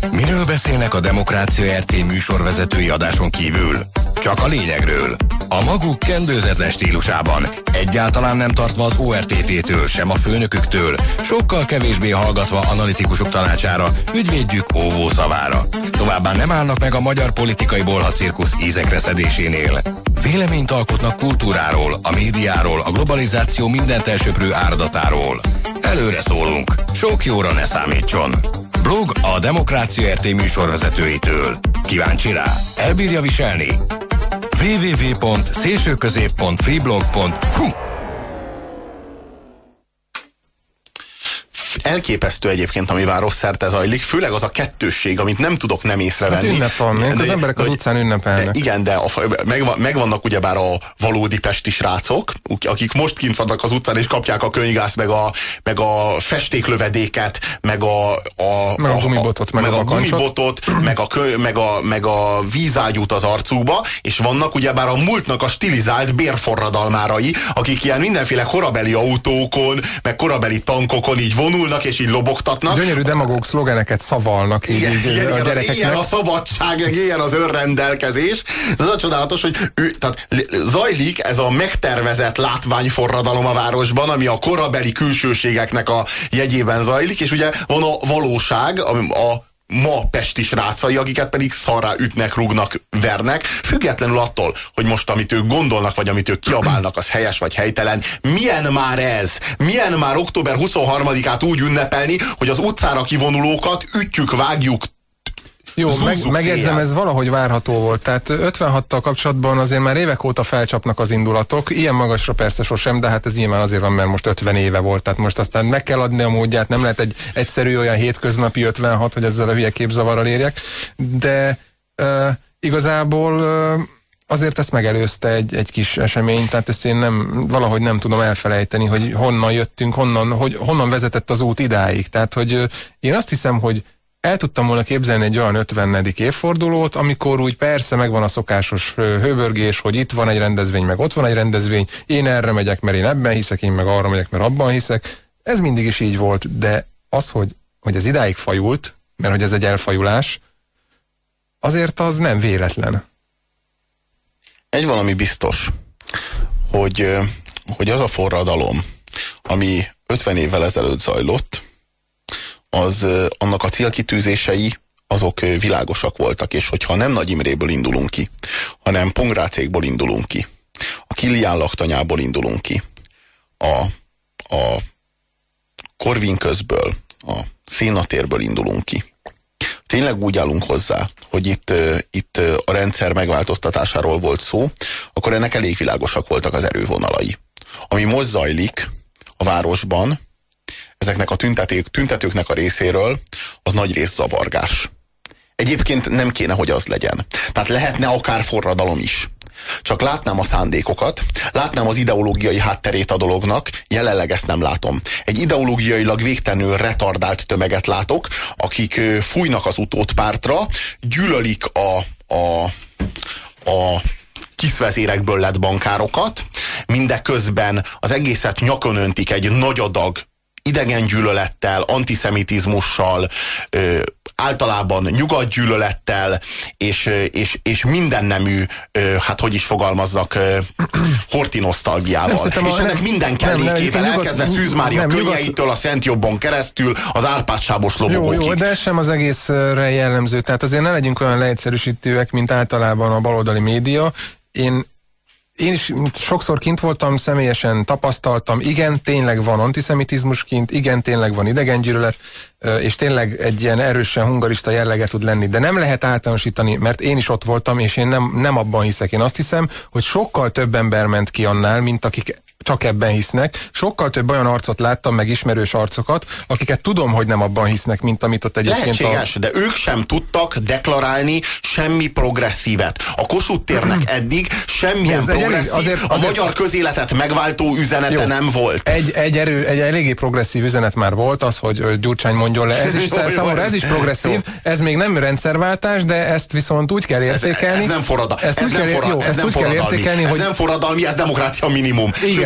Miről beszélnek a Demokrácia er té műsorvezetői adáson kívül? Csak a lényegről. A maguk kendőzetlen stílusában, egyáltalán nem tartva az o er té té-től, sem a főnöküktől, sokkal kevésbé hallgatva analitikusok tanácsára, ügyvédjük óvó szavára. Továbbá nem állnak meg a magyar politikai bolhacirkusz ízekre szedésénél. Véleményt alkotnak kultúráról, a médiáról, a globalizáció mindent elsöprő áradatáról. Előre szólunk, sok jóra ne számítson. Blog a Demokrácia er té műsorvezetőitől. Kíváncsi rá? Elbírja viselni? double-u double-u double-u pont szélsőközép pont freeblog pont hu Elképesztő egyébként, ami városszerte zajlik, főleg az a kettősség, amit nem tudok nem észrevenni. Hát ünnep van, de, az emberek az utcán ünnepelnek. De igen, de a, megvan, megvannak ugyebár a valódi pesti srácok, akik most kint vannak az utcán és kapják a könyvgázt, meg a, meg a festéklövedéket, meg a, a, meg a, a gumibotot, meg, meg a, a gumibotot, meg a, kö, meg, a, meg a vízágyút az arcukba, és vannak ugyebár a múltnak a stilizált bérforradalmárai, akik ilyen mindenféle korabeli autókon, meg korabeli tankokon így vonulnak, és így lobogtatnak. Gyönyörű demagóg szlogeneket szavalnak így, igen, így igen, a gyerekeknek. Ilyen a szabadság, ilyen az önrendelkezés. Ez a csodálatos, hogy ő, tehát zajlik ez a megtervezett látványforradalom a városban, ami a korabeli külsőségeknek a jegyében zajlik, és ugye van a valóság, a, a ma pesti srácai, akiket pedig szarrá ütnek, rúgnak, vernek, függetlenül attól, hogy most amit ők gondolnak, vagy amit ők kiabálnak, az helyes vagy helytelen. Milyen már ez? Milyen már október huszonharmadikát úgy ünnepelni, hogy az utcára kivonulókat ütjük, vágjuk, Jó, meg, megjegyzem, ez valahogy várható volt. Tehát ötvenhattal kapcsolatban azért már évek óta felcsapnak az indulatok. Ilyen magasra persze sosem, de hát ez nyilván azért van, mert most ötven éve volt. Tehát most aztán meg kell adni a módját, nem lehet egy egyszerű olyan hétköznapi ötvenhat, hogy ezzel a hülye képzavarral érjek. De uh, igazából uh, azért ezt megelőzte egy, egy kis esemény, tehát ezt én nem, valahogy nem tudom elfelejteni, hogy honnan jöttünk, honnan, hogy, honnan vezetett az út idáig. Tehát, hogy uh, én azt hiszem, hogy el tudtam volna képzelni egy olyan ötvenedik évfordulót, amikor úgy persze megvan a szokásos hőbörgés, hogy itt van egy rendezvény, meg ott van egy rendezvény, én erre megyek, mert én ebben hiszek, én meg arra megyek, mert abban hiszek. Ez mindig is így volt, de az, hogy, hogy ez idáig fajult, mert hogy ez egy elfajulás, azért az nem véletlen. Egy valami biztos, hogy, hogy az a forradalom, ami ötven évvel ezelőtt zajlott, az annak a célkitűzései azok világosak voltak, és hogyha nem Nagy Imréből indulunk ki, hanem Pongrácékból indulunk ki, a Kilián laktanyából indulunk ki, a, a Korvin közből, a Szénatérből indulunk ki. Tényleg úgy állunk hozzá, hogy itt, itt a rendszer megváltoztatásáról volt szó, akkor ennek elég világosak voltak az erővonalai. Ami most zajlik a városban, ezeknek a tüntetők, tüntetőknek a részéről, az nagy rész zavargás. Egyébként nem kéne, hogy az legyen. Tehát lehetne akár forradalom is. Csak látnám a szándékokat, látnám az ideológiai hátterét a dolognak, jelenleg ezt nem látom. Egy ideológiailag végtelenül retardált tömeget látok, akik fújnak az utódpártra, gyűlölik a, a, a kiszvezérekből lett bankárokat, mindeközben az egészet nyakon öntik egy nagy adag idegengyűlölettel, antiszemitizmussal, ö, általában nyugatgyűlölettel, és, és, és mindennemű, ö, hát hogy is fogalmazzak, ö, horti nosztalgiával. És a, ennek nem, minden kellékével, nem, nem, elkezdve nyugat, Szűz Mária nem, könnyeitől, a Szent Jobbon keresztül, az Árpád-sábos lobogókig. Jó, jó, de ez sem az egészre jellemző. Tehát azért ne legyünk olyan leegyszerűsítőek, mint általában a baloldali média. Én Én is sokszor kint voltam, személyesen tapasztaltam, igen, tényleg van antiszemitizmus kint, igen, tényleg van idegengyűlölet, és tényleg egy ilyen erősen hungarista jellege tud lenni, de nem lehet általánosítani, mert én is ott voltam, és én nem, nem abban hiszek. Én azt hiszem, hogy sokkal több ember ment ki annál, mint akik csak ebben hisznek. Sokkal több olyan arcot láttam, meg ismerős arcokat, akiket tudom, hogy nem abban hisznek, mint amit ott egyébként... Lehetséges, a... de ők sem tudtak deklarálni semmi progresszívet. A Kossuth térnek eddig semmilyen progresszív, azért, azért, a magyar közéletet megváltó üzenete jó, nem volt. Egy, egy, erő, egy eléggé progresszív üzenet már volt, az, hogy Gyurcsány mondjon le. Ez is, számomra ez is progresszív, ez még nem rendszerváltás, de ezt viszont úgy kell értékelni. Ez, ez nem forradalmi. Ez, ez, nem, forrad, jó, ez, nem, forradalmi. Ez hogy... nem forradalmi, ez demokrácia minimum. Igen,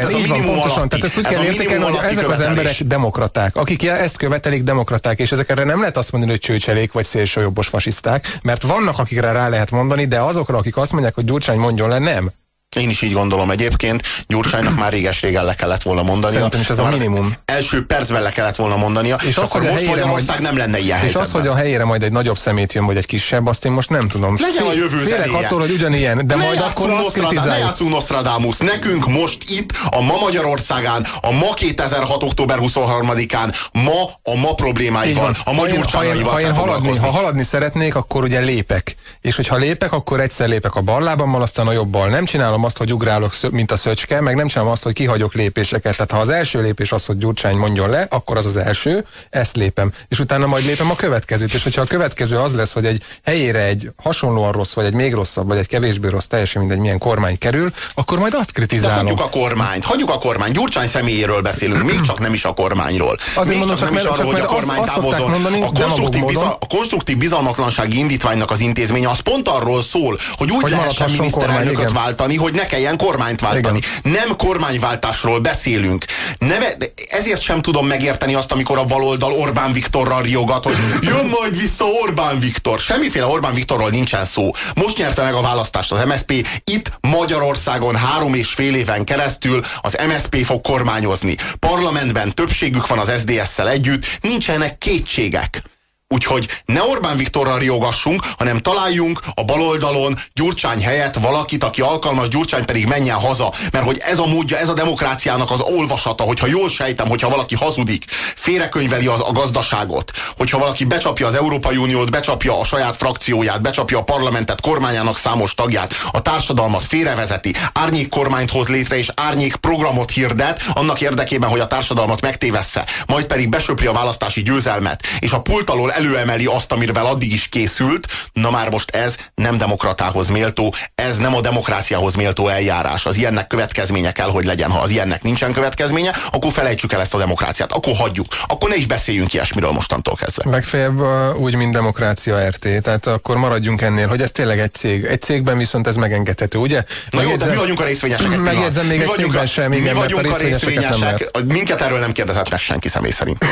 ez a minimum van, pontosan, alatti. Tehát ezt úgy kell értékelni, hogy ezek az emberek demokraták, akik ezt követelik, demokraták, és ezekre nem lehet azt mondani, hogy csőcselék vagy szélsőjobbos fasiszták, mert vannak, akikre rá lehet mondani, de azokra, akik azt mondják, hogy Gyurcsány mondjon le, nem. Én is így gondolom egyébként, Gyurcsánynak már réges-régen le kellett volna mondania. Szerintem is ez a minimum. Első percben le kellett volna mondania, és, és az, akkor most Magyarország majd, nem lenne ilyen és helyzetben. És az, hogy a helyére majd egy nagyobb szemét jön, vagy egy kisebb, azt én most nem tudom. Legyen a jövő Félek attól, hogy ugyanilyen, de ne majd akkor azt kritizáljuk. Ne játszunk Nostradamus. Nekünk most itt, a ma Magyarországán, a ma kétezer-hat. október huszonharmadikán, ma a ma problémáival, a ma Gyurcsányaival ha, kell haladni, ha haladni szeretnék, akkor ugye lépek. És hogyha lépek, akkor egyszer lépek a bal lábammal, aztán a jobbal. Nem csinálom azt, hogy ugrálok, mint a szöcske, meg nem csinálom azt, hogy kihagyok lépéseket. Tehát ha az első lépés az, hogy Gyurcsány mondjon le, akkor az az első, ezt lépem. És utána majd lépem a következőt. És hogyha a következő az lesz, hogy egy helyére egy hasonlóan rossz, vagy egy még rosszabb, vagy egy kevésbé rossz, teljesen mindegy milyen kormány kerül, akkor majd azt kritizálom. De hagyjuk a kormányt, hagyjuk a kormány. Gyurcsány személyéről beszélünk, még csak nem is a kormányról. Azért még mondom, csak, csak nem is arról, hogy a kormány távozon. Mondani, a, konstruktív bizal, a konstruktív bizalmatlansági indítványnak az intézménye az pont arról szól, hogy úgy hogy lehessen miniszterelnököt váltani, hogy ne kelljen kormányt váltani. Igen. Nem kormányváltásról beszélünk. Neve, ezért sem tudom megérteni azt, amikor a baloldal Orbán Viktorral riogat, hogy jön majd vissza Orbán Viktor. Semmiféle Orbán Viktorról nincsen szó. Most nyerte meg a választást az em es zé pé. Itt Magyarországon három és fél éven keresztül az em es zé pé fog kormányozni. Parlamentben többségük van az es zé dé es-szel együtt, nincsenek kétségek. Úgyhogy ne Orbán Viktorral riogassunk, hanem találjunk a baloldalon Gyurcsány helyett valakit, aki alkalmas, Gyurcsány pedig menjen haza. Mert hogy ez a módja, ez a demokráciának az olvasata, hogyha jól sejtem, hogyha valaki hazudik, félrekönyveli az, a gazdaságot, hogyha valaki becsapja az Európai Uniót, becsapja a saját frakcióját, becsapja a parlamentet, kormányának számos tagját, a társadalmat félrevezeti, árnyék kormányt hoz létre és árnyék programot hirdet, annak érdekében, hogy a társadalmat megtévessze, majd pedig besöpri a választási győzelmet, és a pult alól előemeli azt, amivel addig is készült, na már most ez nem demokratához méltó, ez nem a demokráciához méltó eljárás. Az ilyennek következménye kell, hogy legyen. Ha az ilyennek nincsen következménye, akkor felejtsük el ezt a demokráciát, akkor hagyjuk. Akkor ne is beszéljünk ilyesmiről mostantól kezdve. Legfeljebb uh, úgy, mint Demokrácia er té, tehát akkor maradjunk ennél, hogy ez tényleg egy cég. Egy cégben viszont ez megengedhető, ugye? Na jó, de mi vagyunk a részvényesek? Megjegyzem még egy cégben sem, igen, mi vagyunk a részvényesek, részvényesek minket erről nem kérdezett meg senki személy szerint.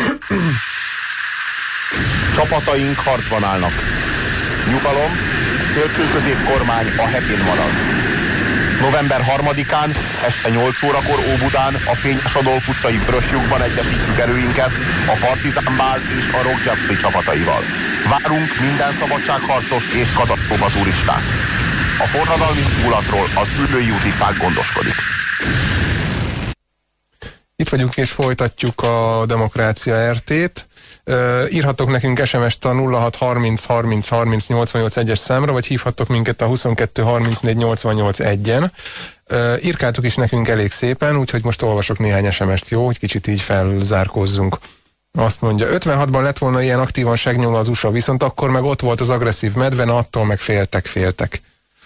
Csapataink harcban állnak. Nyugalom, szélsőközép kormány a hetén marad. november harmadikán este nyolc órakor Óbudán a Fényes Adolf utcai Vöröslyukban egyesítjük erőinket a Partizán Bál és a Rock Jeopardy csapataival. Várunk minden szabadságharcos és katasztrófa turistát. A forradalmi hangulatról az Üllői úti fák gondoskodik. Itt vagyunk és folytatjuk a Demokrácia er té-t. Uh, írhattok nekünk es em est a nulla hat harminc harminc harminc nyolcvannyolc egyes számra, vagy hívhattok minket a huszonkettő harmincnégy nyolcvannyolc egyen. Uh, írkáltuk is nekünk elég szépen, úgyhogy most olvasok néhány es em est, jó? Hogy kicsit így felzárkózzunk. Azt mondja, ötvenhatban lett volna ilyen aktívan segnyoló az u es á, viszont akkor meg ott volt az agresszív medve, na attól meg féltek, féltek.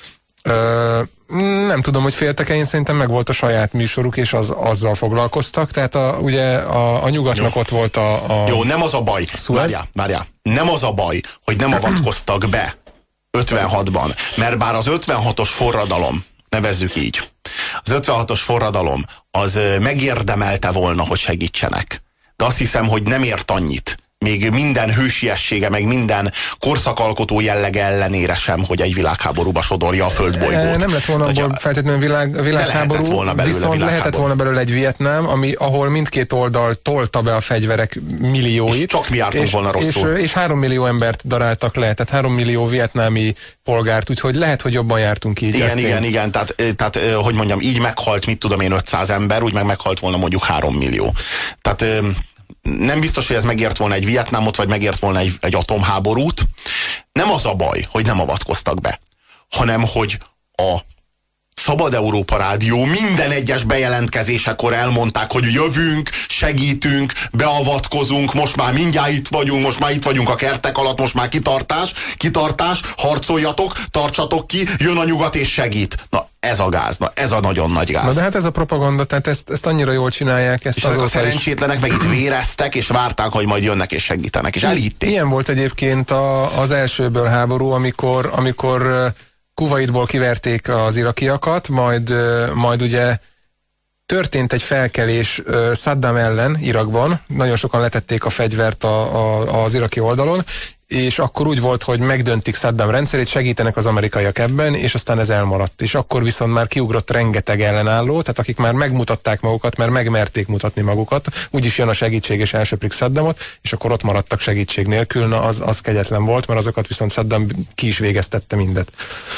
Uh, nem tudom, hogy féltek-e, én szerintem meg volt a saját műsoruk, és az, azzal foglalkoztak, tehát a, ugye a, a nyugatnak jó. Ott volt a, a... Jó, nem az a baj, várjál, várjál, nem az a baj, hogy nem avatkoztak be ötvenhatban, mert bár az ötvenhatos forradalom, nevezzük így, az ötvenhatos forradalom az megérdemelte volna, hogy segítsenek, de azt hiszem, hogy nem ért annyit, még minden hősiessége, meg minden korszakalkotó jellege ellenére sem, hogy egy világháborúba sodorja a földbolygót. Nem lett volna abból feltétlenül világ, világháború, lehetett volna belőle viszont világháború. Lehetett volna belőle egy Vietnám, ami, ahol mindkét oldal tolta be a fegyverek millióit. És csak mi jártunk volna rosszul. És, és három millió embert daráltak le, tehát három millió vietnámi polgárt, úgyhogy lehet, hogy jobban jártunk így. Igen, igen, én... igen, tehát, tehát hogy mondjam, így meghalt, mit tudom én, ötszáz ember, úgy meg meghalt volna mondjuk három millió. Tehát nem biztos, hogy ez megért volna egy Vietnámot, vagy megért volna egy, egy atomháborút. Nem az a baj, hogy nem avatkoztak be, hanem hogy a Szabad Európa Rádió minden egyes bejelentkezésekor elmondták, hogy jövünk, segítünk, beavatkozunk, most már mindjárt itt vagyunk, most már itt vagyunk a kertek alatt, most már kitartás, kitartás, harcoljatok, tartsatok ki, jön a nyugat és segít. Na, ez a gáz, na ez a nagyon nagy gáz. Na de hát ez a propaganda, tehát ezt, ezt annyira jól csinálják. Ezt és ezek a szerencsétlenek is... meg itt véreztek, és várták, hogy majd jönnek és segítenek, és elhitték. Ilyen volt egyébként a, az elsőből háború, amikor, amikor Kuwaitból kiverték az irakiakat, majd, majd ugye történt egy felkelés uh, Saddam ellen Irakban, nagyon sokan letették a fegyvert a, a, az iraki oldalon, és akkor úgy volt, hogy megdöntik Saddam rendszerét, segítenek az amerikaiak ebben, és aztán ez elmaradt. És akkor viszont már kiugrott rengeteg ellenálló, tehát akik már megmutatták magukat, mert megmerték mutatni magukat, úgyis jön a segítség és elsöprik Saddamot, és akkor ott maradtak segítség nélkül, na az, az kegyetlen volt, mert azokat viszont Saddam ki is végeztette mindet.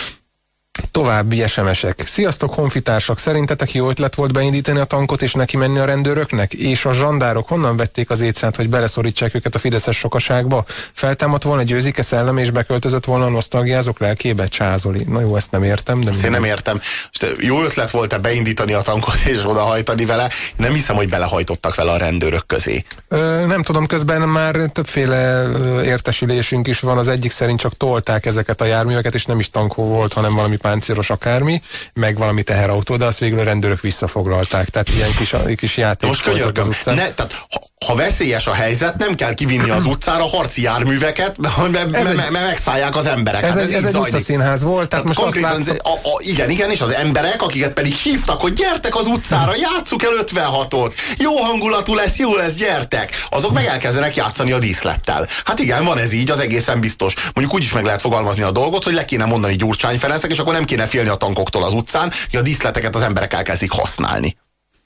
További es em esek. Sziasztok, honfitársak! Szerintetek jó ötlet volt beindítani a tankot és neki menni a rendőröknek? És a zsandárok honnan vették az étszánt, hogy beleszorítsák őket a fideszes sokaságba? Feltámadt volna Győzike szellem és beköltözött volna a nosztalgiázók lelkébe? Csázoli. Na jó, ezt nem értem. De ezt én nem értem. Jó ötlet volt-e beindítani a tankot és odahajtani vele? Nem hiszem, hogy belehajtottak vele a rendőrök közé. Ö, nem tudom, közben már többféle értesülésünk is van. Az egyik szerint csak tolták ezeket a járműveket, és nem is tankó volt, hanem valami páncélos akármi, meg valami teherautó, de azt végül a rendőrök visszafoglalták. Tehát ilyen kis, kis játék most voltak az utcán. Ne, tehát, ha, ha veszélyes a helyzet, nem kell kivinni az utcára harci járműveket, mert me, me, me, megszállják az embereket. Ez, ez, ez egy utcaszínház volt. Tehát, tehát most konkrétan, láttuk... a, a, igen, igen, és az emberek, akiket pedig hívtak, hogy gyertek az utcára, játsszuk el ötvenhatot, jó hangulatú lesz, jó lesz, gyertek. Azok meg elkezdenek játszani a díszlettel. Hát igen, van ez így, az egészen biztos. Mondjuk úgy is meg lehet fogalmazni a dolgot, hogy le kéne mondani Gyurcsány Ferencnek, és akkor nem kéne félni a tankoktól az utcán, hogy a díszleteket az emberek elkezdik használni.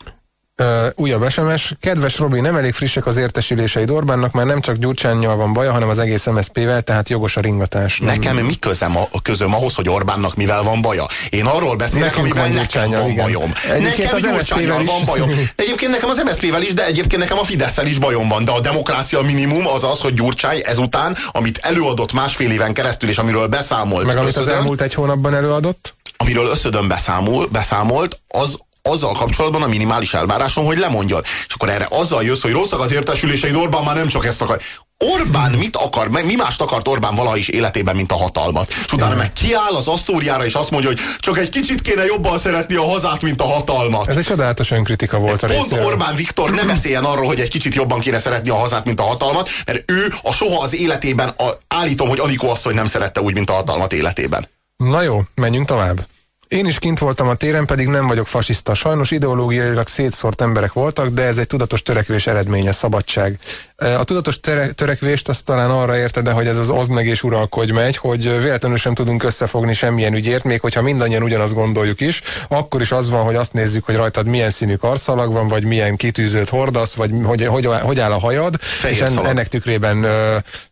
Uh, újabb es em es. Kedves Robi, nem elég frissek az értesüléseid Orbánnak, mert nem csak Gyurcsánnyal van baja, hanem az egész em es zé pé-vel, tehát jogos a ringatás. Nekem mi közöm, a, közöm ahhoz, hogy Orbánnak mivel van baja? Én arról beszélek, nekünk amivel van nekem van igen. bajom. Egyébként nekem Gyurcsánnyal van bajom. Egyébként nekem az em es zé pé-vel is, de egyébként nekem a Fidesszel is bajom van. De a demokrácia minimum az az, hogy Gyurcsány ezután, amit előadott másfél éven keresztül, és amiről beszámolt. Meg amit összödön, az elmúlt egy hónapban előadott? Amiről összödön beszámol, beszámolt, az azzal kapcsolatban a minimális elvárásom, hogy lemondjon. És akkor erre azzal jössz, hogy rosszak az értesüléseid, Orbán már nem csak ezt akar. Orbán mit akar? Mi mást akart Orbán valaha is életében, mint a hatalmat? És utána meg kiáll az asztóriára, és azt mondja, hogy csak egy kicsit kéne jobban szeretni a hazát, mint a hatalmat. Ez egy csodálatos önkritika volt a részéről. Pont Orbán Viktor ne beszéljen arról, hogy egy kicsit jobban kéne szeretni a hazát, mint a hatalmat, mert ő a soha az életében, a, állítom, hogy Anikó asszony nem szerette úgy, mint a hatalmat életében. Na jó, menjünk tovább. Én is kint voltam a téren, pedig nem vagyok fasiszta. Sajnos ideológiailag szétszórt emberek voltak, de ez egy tudatos törekvés eredménye, szabadság. A tudatos törekvést azt talán arra érted, de hogy ez az oszd meg és uralkodj megy, hogy véletlenül sem tudunk összefogni semmilyen ügyért, még hogyha mindannyian ugyanazt gondoljuk is, akkor is az van, hogy azt nézzük, hogy rajtad milyen színű kartszalag van, vagy milyen kitűzőt hordasz, vagy hogy, hogy, hogy áll a hajad, fehér és en, ennek tükrében ö,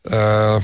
ö,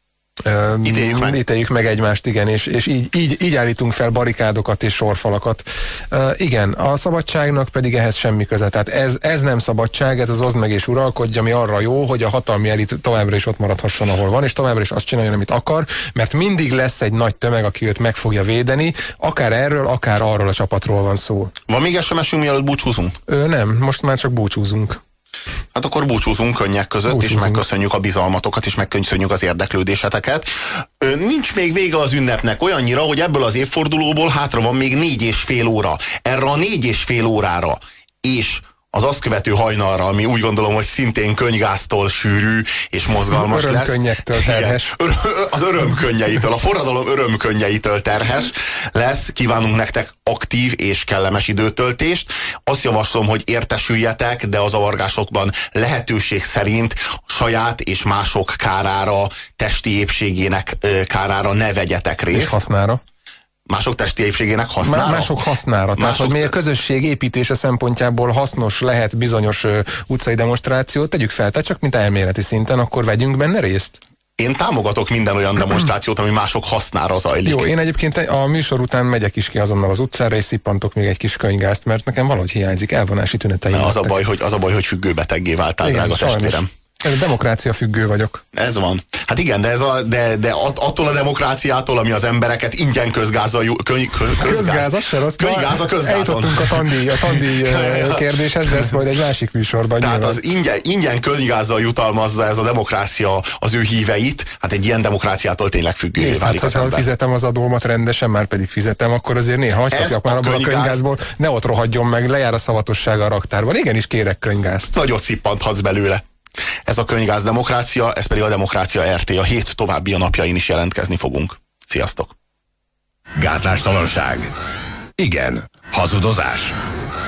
Uh, ítéljük, meg. ítéljük meg egymást, igen, és, és így, így, így állítunk fel barikádokat és sorfalakat. Uh, igen, a szabadságnak pedig ehhez semmi köze. Tehát ez, ez nem szabadság, ez az oszd meg és uralkodj, ami arra jó, hogy a hatalmi elit továbbra is ott maradhasson, ahol van, és továbbra is azt csináljon, amit akar, mert mindig lesz egy nagy tömeg, aki őt meg fogja védeni, akár erről, akár arról a csapatról van szó. Van még es em es-ünk, mielőtt búcsúzunk? Ö, nem, most már csak búcsúzunk. Hát akkor búcsúzunk könnyek között, búcsúzunk. És megköszönjük a bizalmatokat, és megköszönjük az érdeklődéseteket. Ö, nincs még vége az ünnepnek olyannyira, hogy ebből az évfordulóból hátra van még négy és fél óra. Erre a négy és fél órára, és az azt követő hajnalra, ami úgy gondolom, hogy szintén könygáztól sűrű és mozgalmas lesz. Örömkönnyektől terhes. Igen, az örömkönnyeitől, a forradalom örömkönnyeitől terhes lesz. Kívánunk nektek aktív és kellemes időtöltést. Azt javaslom, hogy értesüljetek, de a zavargásokban lehetőség szerint saját és mások kárára, testi épségének kárára ne vegyetek részt. És hasznára. Mások testi épségének hasznára? Mások hasznára. Tehát, hogy mi a közösség építése szempontjából hasznos lehet bizonyos uh, utcai demonstrációt, tegyük fel, tehát csak mint elméleti szinten, akkor vegyünk benne részt. Én támogatok minden olyan demonstrációt, ami mások hasznára zajlik. Jó, én egyébként a műsor után megyek is ki azonnal az utcára, és szippantok még egy kis könygázt, mert nekem valahogy hiányzik, elvonási tüneteim. Az a baj, hogy, az a baj, hogy függőbeteggé váltál, igen, drága sajnos. Testvérem. Ez a demokrácia függő vagyok. Ez van. Hát igen, de, ez a, de, de attól a demokráciától, ami az embereket ingyen közgázzal... Köny, köz, közgáz, az se rossz. Könygáz a közgázon. Eljutottunk a tandi, a tandi kérdéshez, de ezt majd egy másik műsorban. Tehát nyilván. Az ingyen, ingyen könygázzal jutalmazza ez a demokrácia az ő híveit. Hát egy ilyen demokráciától tényleg függővé válik hát, az ember. Ha fizetem az adómat rendesen, már pedig fizetem, akkor azért néha hagyhatjak már abban a könyvgázból, ne ott rohadjon meg, lejár a szavatossága a raktárban. Igenis kérek könyvgázt. Nagyot szippanthatsz belőle. Ez a könyvgáz demokrácia, ez pedig a Demokrácia er té. A hét további a napjain is jelentkezni fogunk. Sziasztok! Gátlástalanság. Igen. Hazudozás.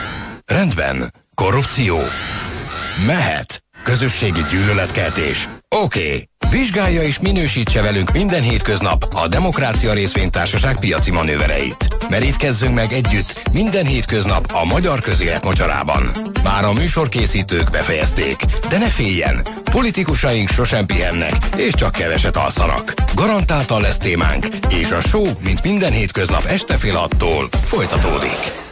Rendben. Korrupció? Mehet. Közösségi gyűlöletkeltés? Oké. Okay. Vizsgálja és minősítse velünk minden hétköznap a Demokrácia Részvénytársaság piaci manővereit. Merítkezzünk meg együtt minden hétköznap a magyar közélet mocsarában. Már a műsorkészítők befejezték, de ne féljen, politikusaink sosem pihennek, és csak keveset alszanak. Garantáltan lesz témánk, és a show, mint minden hétköznap este fél hattól folytatódik.